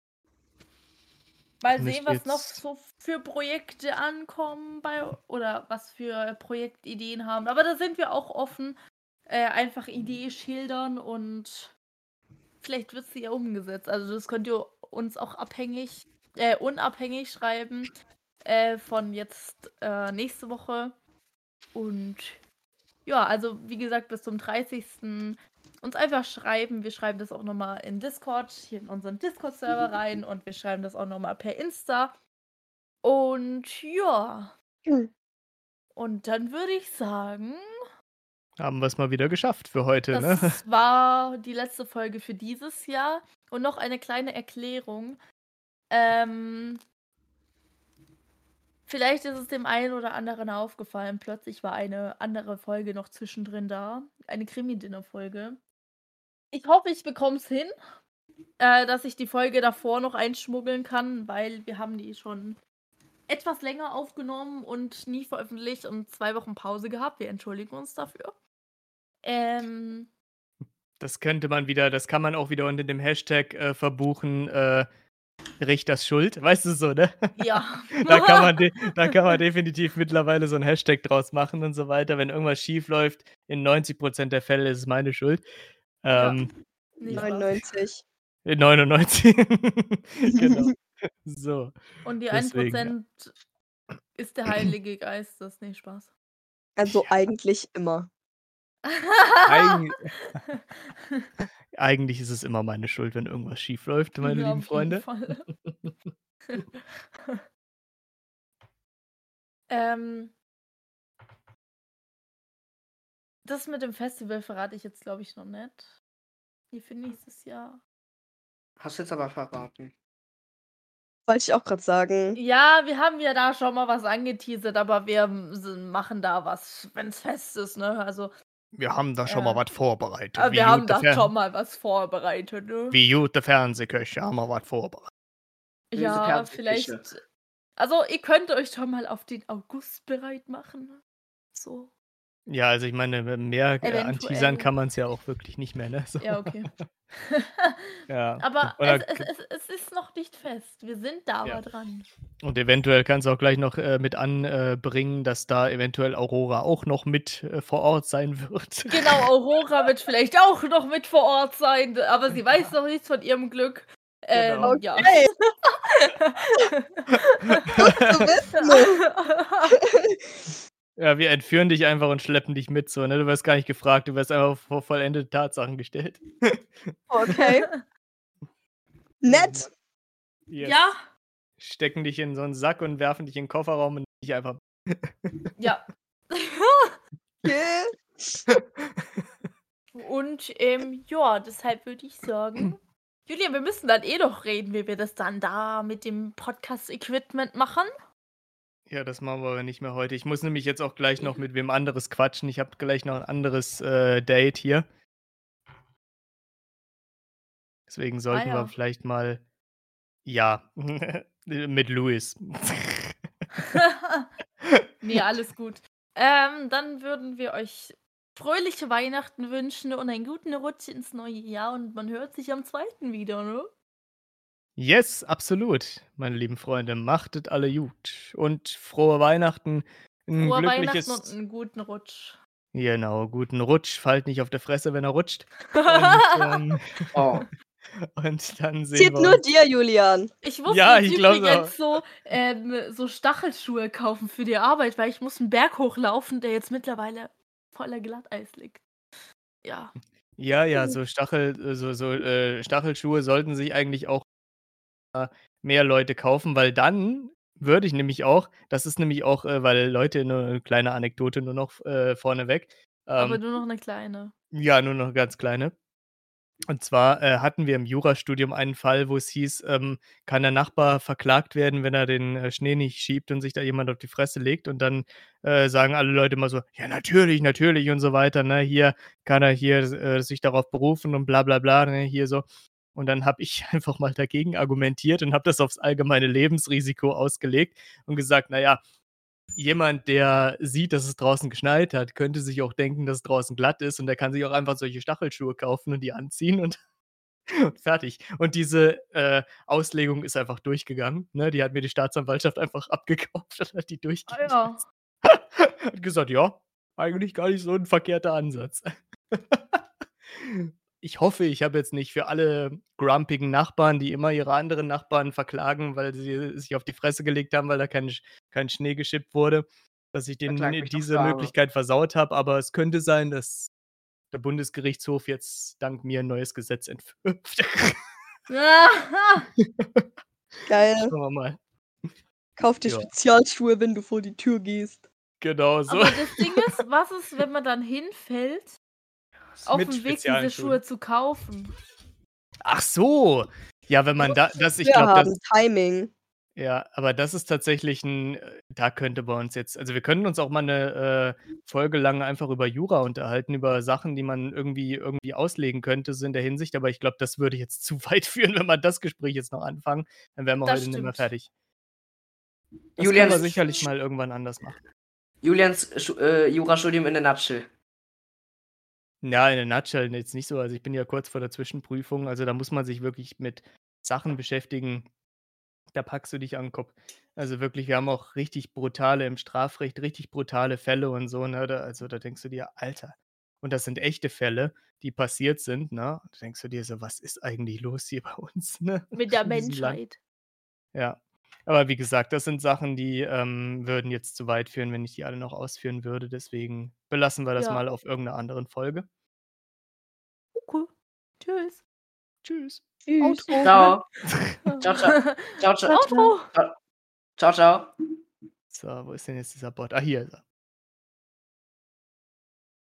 mal sehen, müsste was noch jetzt so für Projekte ankommen bei oder was für Projektideen haben. Aber da sind wir auch offen. Äh, einfach Idee schildern und vielleicht wird sie ja umgesetzt. Also das könnt ihr uns auch abhängig, äh, unabhängig schreiben äh, von jetzt äh, nächste Woche. Und ja, also wie gesagt, bis zum dreißigsten uns einfach schreiben. Wir schreiben das auch nochmal in Discord, hier in unseren Discord-Server rein und wir schreiben das auch nochmal per Insta. Und ja, Hm. und dann würde ich sagen, haben wir's mal wieder geschafft für heute, ne? das war die letzte Folge für dieses Jahr. Und noch eine kleine Erklärung. Ähm, vielleicht ist es dem einen oder anderen aufgefallen. Plötzlich war eine andere Folge noch zwischendrin da. Eine Krimi-Dinner-Folge. Ich hoffe, ich bekomme es hin, äh, dass ich die Folge davor noch einschmuggeln kann, weil wir haben die schon etwas länger aufgenommen und nie veröffentlicht und zwei Wochen Pause gehabt. Wir entschuldigen uns dafür. Ähm, Das könnte man wieder das kann man auch wieder unter dem Hashtag, äh, verbuchen, äh, Richters Schuld, weißt du so, ne? Ja. Da kann man de da kann man definitiv mittlerweile so 'n Hashtag draus machen und so weiter. Wenn irgendwas schief läuft, in neunzig Prozent der Fälle ist es meine Schuld. Ja. Ähm, Ne, ja. Spaß. neunundneunzig. In neunundneunzig. Genau. So, Und die ein deswegen, ja. Prozent ist der Heilige Geist, das ne, Spaß. Also, Ja. eigentlich immer. Eigen Eigentlich ist es immer meine Schuld, wenn irgendwas schief läuft, meine Ja, lieben auf jeden Freunde. Fall. Ähm das mit dem Festival verrate ich jetzt, glaube ich, noch nicht. Hier für nächstes Jahr. Hast du jetzt aber verraten. Wollte ich auch grad sagen. Ja, wir haben ja da schon mal was angeteasert, aber wir m s machen da was, wenn's fest ist, ne? Also, Wir haben da schon mal äh was vorbereitet. aber Wie wir haben gute da Fer schon mal was vorbereitet, ne? wie gute Fernsehköche haben wir was vorbereitet. Böse Ja, Fernsehküche. vielleicht also, ihr könnt euch schon mal auf den August bereit machen, ne? So. Ja, also ich meine, m mehr, äh, anteasern Eventuell. kann man's ja auch wirklich nicht mehr, ne? So. Ja, okay. Ja. Aber Oder es es k es es ist noch nicht fest. Wir sind da Ja. aber dran. Und eventuell kannst du auch gleich noch, äh, mit an äh, bringen, dass da eventuell Aurora auch noch mit, äh, vor Ort sein wird. Genau, Aurora wird vielleicht auch noch mit vor Ort sein, d aber sie weiß noch nichts von ihrem Glück. Genau. Ähm, ja. Okay. Gut zu wissen. Ja, wir entführen dich einfach und schleppen dich mit so, ne? Du wirst gar nicht gefragt, du wirst einfach vor vollendete Tatsachen gestellt. Okay. Nett. Yes. Ja. Stecken dich in so 'n Sack und werfen dich in 'n Kofferraum und dich einfach Ja. Okay. Und, ähm, ja, deshalb würde ich sagen Julian, wir müssen dann eh noch reden, wie wir das dann da mit dem Podcast-Equipment machen. Ja, das machen wir aber nicht mehr heute. Ich muss nämlich jetzt auch gleich noch mit wem anderes quatschen. Ich habe gleich noch 'n anderes, äh, Date hier. Deswegen Ah sollten wir ja. vielleicht mal ja, mit Louis. Ne, alles gut. Ähm, dann würden wir euch fröhliche Weihnachten wünschen und einen guten Rutsch ins neue Jahr und man hört sich am zweiten wieder, ne? Yes, absolut, meine lieben Freunde. Macht es alle gut und frohe Weihnachten, 'n Frohe Weihnachten und glückliches 'n guten Rutsch. Genau, guten Rutsch. Fallt nicht auf der Fresse, wenn er rutscht. Und, ähm Oh. und dann sehen Passiert wir nur uns dir, Julian. Ich muss Ja, jetzt ich glaube auch. übrigens so, ähm, so Stachelschuhe kaufen für die Arbeit, weil ich muss 'n Berg hochlaufen, der jetzt mittlerweile voller Glatteis liegt. Ja. Ja, ja, so Stachel äh, so so, äh, Stachelschuhe sollten sich eigentlich auch, äh, mehr Leute kaufen, weil dann würde ich nämlich auch das ist nämlich auch, äh, weil Leute 'ne kleine Anekdote nur noch, äh, vorneweg. Aber Ähm nur noch 'ne kleine. Ja, nur noch 'ne ganz kleine. Und zwar, äh, hatten wir im Jurastudium einen Fall, wo es hieß, ähm, kann der Nachbar verklagt werden, wenn er den, äh, Schnee nicht schiebt und sich da jemand auf die Fresse legt und dann, äh, sagen alle Leute immer so: „Ja, natürlich, natürlich“ und so weiter, ne? Hier kann er hier, s äh, sich darauf berufen und bla bla bla, ne, hier so. Und dann habe ich einfach mal dagegen argumentiert und habe das aufs allgemeine Lebensrisiko ausgelegt und gesagt: „Na ja, jemand, der sieht, dass es draußen geschneit hat, könnte sich auch denken, dass es draußen glatt ist und der kann sich auch einfach solche Stachelschuhe kaufen und die anziehen und und fertig.“ Und diese, äh, Auslegung ist einfach durchgegangen, ne? Die hat mir die Staatsanwaltschaft einfach abgekauft und hat die Ah durchgehen ja. lassen. Hat gesagt: „Ja, eigentlich gar nicht so 'n verkehrter Ansatz.“ Ich hoffe, ich habe jetzt nicht für alle grumpigen Nachbarn, die immer ihre anderen Nachbarn verklagen, weil sie sich auf die Fresse gelegt haben, weil da kein Sch kein Schnee geschippt wurde, dass ich Verklag denen mich doch diese für Arme. Möglichkeit versaut habe. Aber es könnte sein, dass der Bundesgerichtshof jetzt dank mir 'n neues Gesetz entwirft. Geil. Schauen wir mal. Kauf dir Ja. Spezialschuhe, wenn du vor die Tür gehst. Genau so. Aber das Ding ist, was ist, wenn man dann hinfällt, auf Mit dem Weg, speziellen diese Schuhen. Schuhe zu kaufen? Ach so. Ja, wenn man da das ich Wir glaube, das haben Timing. Ja, aber das ist tatsächlich 'n äh, da könnte bei uns jetzt also, wir können uns auch mal 'ne, äh, Folge lang einfach über Jura unterhalten, über Sachen, die man irgendwie irgendwie auslegen könnte, so in der Hinsicht, aber ich glaube, das würde jetzt zu weit führen, wenn wir das Gespräch jetzt noch anfangen, dann wären wir Das heute nicht mehr stimmt. fertig. Das können wir Julians sicherlich mal irgendwann anders machen. Julians Schu äh, Jurastudium in a nutshell. Ja, in a nutshell jetzt nicht so. Also, ich bin ja kurz vor der Zwischenprüfung, also, da muss man sich wirklich mit Sachen beschäftigen Da packst du dich an 'n Kopf. Also wirklich, wir haben auch richtig brutale im Strafrecht richtig brutale Fälle und so, ne? Da also, da denkst du dir: „Alter." Und das sind echte Fälle, die passiert sind, ne? Da denkst du dir so: „Was ist eigentlich los hier bei uns, ne, Mit der in diesem Land?" Menschheit. Ja. Aber wie gesagt, das sind Sachen, die, ähm, würden jetzt zu weit führen, wenn ich die alle noch ausführen würde. Deswegen belassen wir das Ja. mal auf irgend 'ner anderen Folge. Okay. Tschüss. Tschüss. Tschüss. Outro. Ciao. Ciao, ciao. Ciao, ciao. Ciao, ciao. Outro. Ciao, ciao. ciao. So, wo ist denn jetzt dieser Bot? Ah, hier ist er.